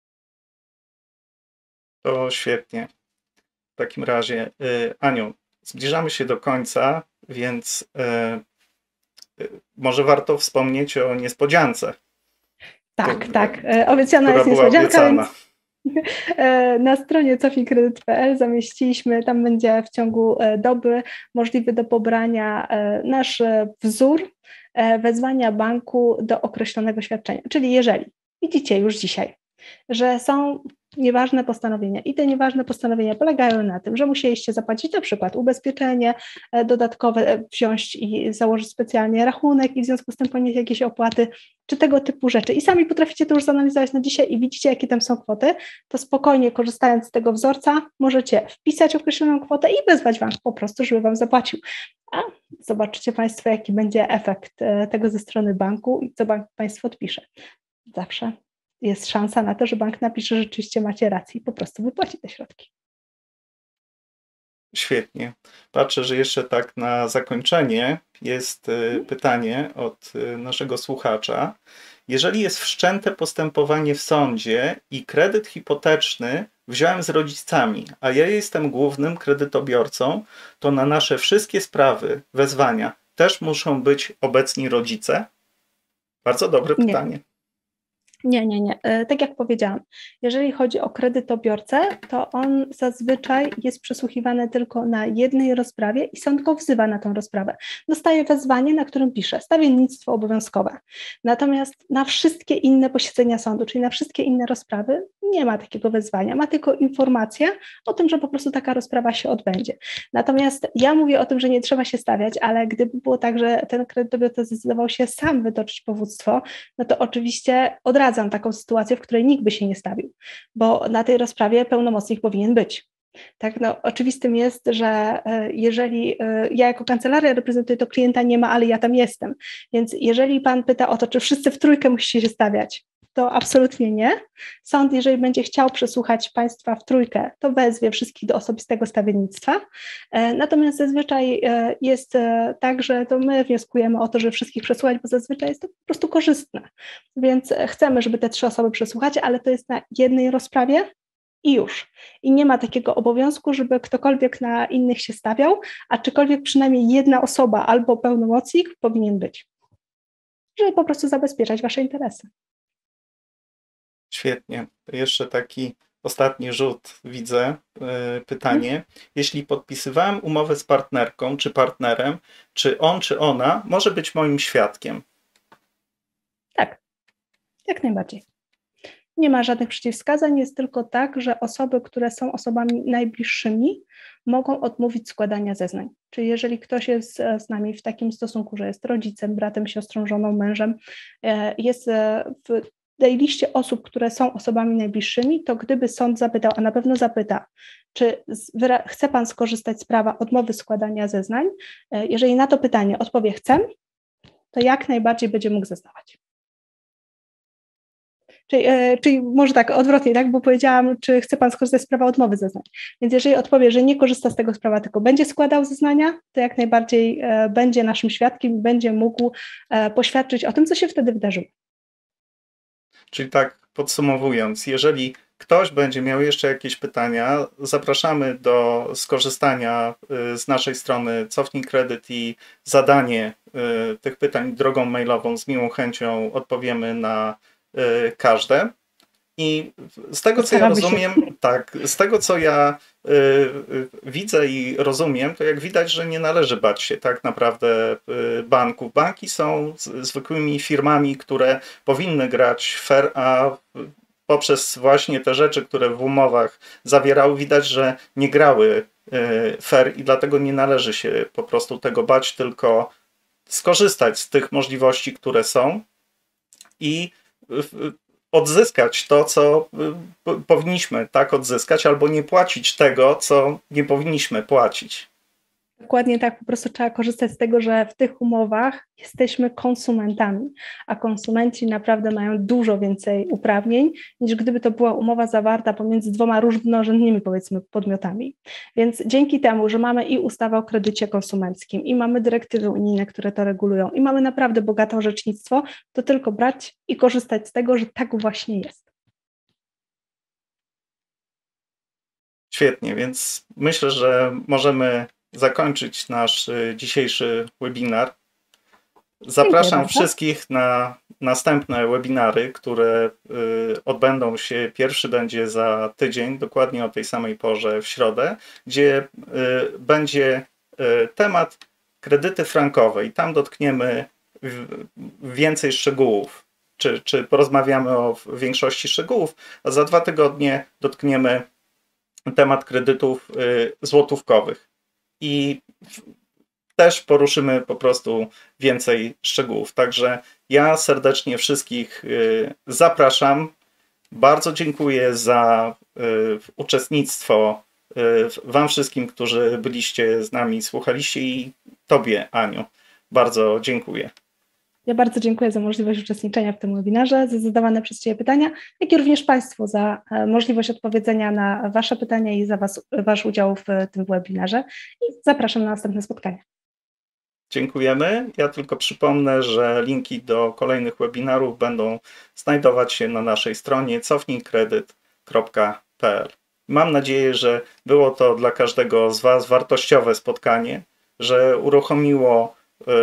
To świetnie. W takim razie, Aniu, zbliżamy się do końca, więc może warto wspomnieć o niespodziance. Tak, to, tak. Obiecana jest niespodzianka, więc na stronie cofnij kredyt kropka p l zamieściliśmy, tam będzie w ciągu doby możliwy do pobrania nasz wzór wezwania banku do określonego świadczenia. Czyli jeżeli widzicie już dzisiaj, że są nieważne postanowienia i te nieważne postanowienia polegają na tym, że musieliście zapłacić na przykład ubezpieczenie dodatkowe, wziąć i założyć specjalnie rachunek i w związku z tym ponieść jakieś opłaty, czy tego typu rzeczy i sami potraficie to już zanalizować na dzisiaj i widzicie, jakie tam są kwoty, to spokojnie korzystając z tego wzorca możecie wpisać określoną kwotę i wezwać bank po prostu, żeby wam zapłacił. A zobaczycie Państwo, jaki będzie efekt tego ze strony banku i co bank Państwu odpisze. Zawsze jest szansa na to, że bank napisze, że rzeczywiście macie rację i po prostu wypłaci te środki. Świetnie. Patrzę, że jeszcze tak na zakończenie jest pytanie od naszego słuchacza. Jeżeli jest wszczęte postępowanie w sądzie i kredyt hipoteczny wziąłem z rodzicami, a ja jestem głównym kredytobiorcą, to na nasze wszystkie sprawy, wezwania też muszą być obecni rodzice? Bardzo dobre pytanie. Nie. Nie, nie, nie. Tak jak powiedziałam, jeżeli chodzi o kredytobiorcę, to on zazwyczaj jest przesłuchiwany tylko na jednej rozprawie i sąd go wzywa na tą rozprawę. Dostaje wezwanie, na którym pisze stawiennictwo obowiązkowe. Natomiast na wszystkie inne posiedzenia sądu, czyli na wszystkie inne rozprawy, nie ma takiego wezwania. Ma tylko informację o tym, że po prostu taka rozprawa się odbędzie. Natomiast ja mówię o tym, że nie trzeba się stawiać, ale gdyby było tak, że ten kredytobiorca zdecydował się sam wytoczyć powództwo, no to oczywiście odradzam taką sytuację, w której nikt by się nie stawił, bo na tej rozprawie pełnomocnik powinien być. Tak, no, oczywistym jest, że jeżeli ja jako kancelaria reprezentuję, to klienta nie ma, ale ja tam jestem. Więc jeżeli pan pyta o to, czy wszyscy w trójkę musicie się stawiać, to absolutnie nie. Sąd, jeżeli będzie chciał przesłuchać Państwa w trójkę, to wezwie wszystkich do osobistego stawiennictwa. Natomiast zazwyczaj jest tak, że to my wnioskujemy o to, żeby wszystkich przesłuchać, bo zazwyczaj jest to po prostu korzystne. Więc chcemy, żeby te trzy osoby przesłuchać, ale to jest na jednej rozprawie i już. I nie ma takiego obowiązku, żeby ktokolwiek na innych się stawiał, a czykolwiek przynajmniej jedna osoba albo pełnomocnik powinien być, żeby po prostu zabezpieczać Wasze interesy. Świetnie. Jeszcze taki ostatni rzut widzę, yy, pytanie. Hmm. Jeśli podpisywałem umowę z partnerką czy partnerem, czy on czy ona może być moim świadkiem? Tak, jak najbardziej. Nie ma żadnych przeciwwskazań, jest tylko tak, że osoby, które są osobami najbliższymi, mogą odmówić składania zeznań. Czyli jeżeli ktoś jest z nami w takim stosunku, że jest rodzicem, bratem, siostrą, żoną, mężem, jest w tej liście osób, które są osobami najbliższymi, to gdyby sąd zapytał, a na pewno zapyta, czy chce pan skorzystać z prawa odmowy składania zeznań, jeżeli na to pytanie odpowie chcę, to jak najbardziej będzie mógł zeznawać. Czyli, czyli może tak odwrotnie, tak, bo powiedziałam, czy chce pan skorzystać z prawa odmowy zeznań. Więc jeżeli odpowie, że nie korzysta z tego prawa, tylko będzie składał zeznania, to jak najbardziej będzie naszym świadkiem i będzie mógł poświadczyć o tym, co się wtedy wydarzyło. Czyli tak podsumowując, jeżeli ktoś będzie miał jeszcze jakieś pytania, zapraszamy do skorzystania z naszej strony Cofnij Kredyt i zadanie tych pytań drogą mailową. Z miłą chęcią odpowiemy na każde. I z tego, co ja rozumiem, tak, z tego, co ja widzę i rozumiem, to jak widać, że nie należy bać się tak naprawdę banków. Banki są zwykłymi firmami, które powinny grać fair, a poprzez właśnie te rzeczy, które w umowach zawierały, widać, że nie grały fair i dlatego nie należy się po prostu tego bać, tylko skorzystać z tych możliwości, które są i odzyskać to, co powinniśmy tak odzyskać, albo nie płacić tego, co nie powinniśmy płacić. Dokładnie tak, po prostu trzeba korzystać z tego, że w tych umowach jesteśmy konsumentami, a konsumenci naprawdę mają dużo więcej uprawnień, niż gdyby to była umowa zawarta pomiędzy dwoma równorzędnymi, powiedzmy, podmiotami. Więc dzięki temu, że mamy i ustawę o kredycie konsumenckim, i mamy dyrektywy unijne, które to regulują, i mamy naprawdę bogate orzecznictwo, to tylko brać i korzystać z tego, że tak właśnie jest. Świetnie, więc myślę, że możemy zakończyć nasz dzisiejszy webinar. Zapraszam wszystkich na następne webinary, które odbędą się. Pierwszy będzie za tydzień, dokładnie o tej samej porze w środę, gdzie będzie temat kredyty frankowe i tam dotkniemy więcej szczegółów, czy, czy porozmawiamy o większości szczegółów, a za dwa tygodnie dotkniemy temat kredytów złotówkowych i też poruszymy po prostu więcej szczegółów. Także ja serdecznie wszystkich zapraszam. Bardzo dziękuję za uczestnictwo wam wszystkim, którzy byliście z nami, słuchaliście, i tobie, Aniu, bardzo dziękuję. Ja bardzo dziękuję za możliwość uczestniczenia w tym webinarze, za zadawane przez Ciebie pytania, jak i również Państwu za możliwość odpowiedzenia na Wasze pytania i za was, Wasz udział w tym webinarze. I zapraszam na następne spotkania. Dziękujemy. Ja tylko przypomnę, że linki do kolejnych webinarów będą znajdować się na naszej stronie cofnij kredyt kropka p l. Mam nadzieję, że było to dla każdego z Was wartościowe spotkanie, że uruchomiło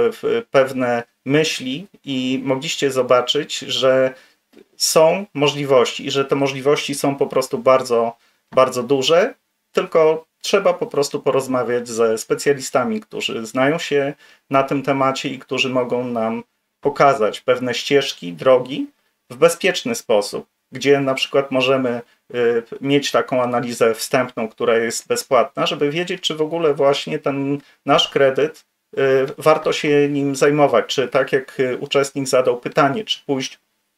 pewne myśli i mogliście zobaczyć, że są możliwości i że te możliwości są po prostu bardzo, bardzo duże, tylko trzeba po prostu porozmawiać ze specjalistami, którzy znają się na tym temacie i którzy mogą nam pokazać pewne ścieżki, drogi w bezpieczny sposób, gdzie na przykład możemy mieć taką analizę wstępną, która jest bezpłatna, żeby wiedzieć, czy w ogóle właśnie ten nasz kredyt warto się nim zajmować, czy tak jak uczestnik zadał pytanie, czy pójść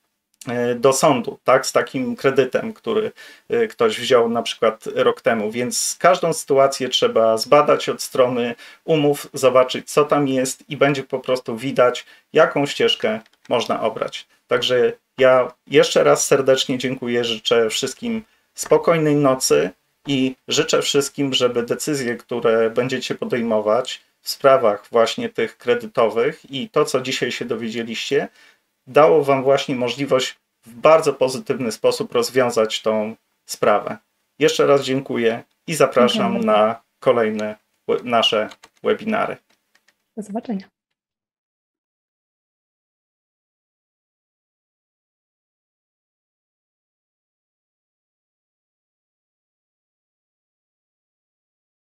do sądu, tak, z takim kredytem, który ktoś wziął na przykład rok temu, więc każdą sytuację trzeba zbadać od strony umów, zobaczyć, co tam jest i będzie po prostu widać, jaką ścieżkę można obrać. Także ja jeszcze raz serdecznie dziękuję, życzę wszystkim spokojnej nocy i życzę wszystkim, żeby decyzje, które będziecie podejmować w sprawach właśnie tych kredytowych i to, co dzisiaj się dowiedzieliście, dało wam właśnie możliwość w bardzo pozytywny sposób rozwiązać tą sprawę. Jeszcze raz dziękuję i zapraszam na kolejne nasze webinary. Do zobaczenia.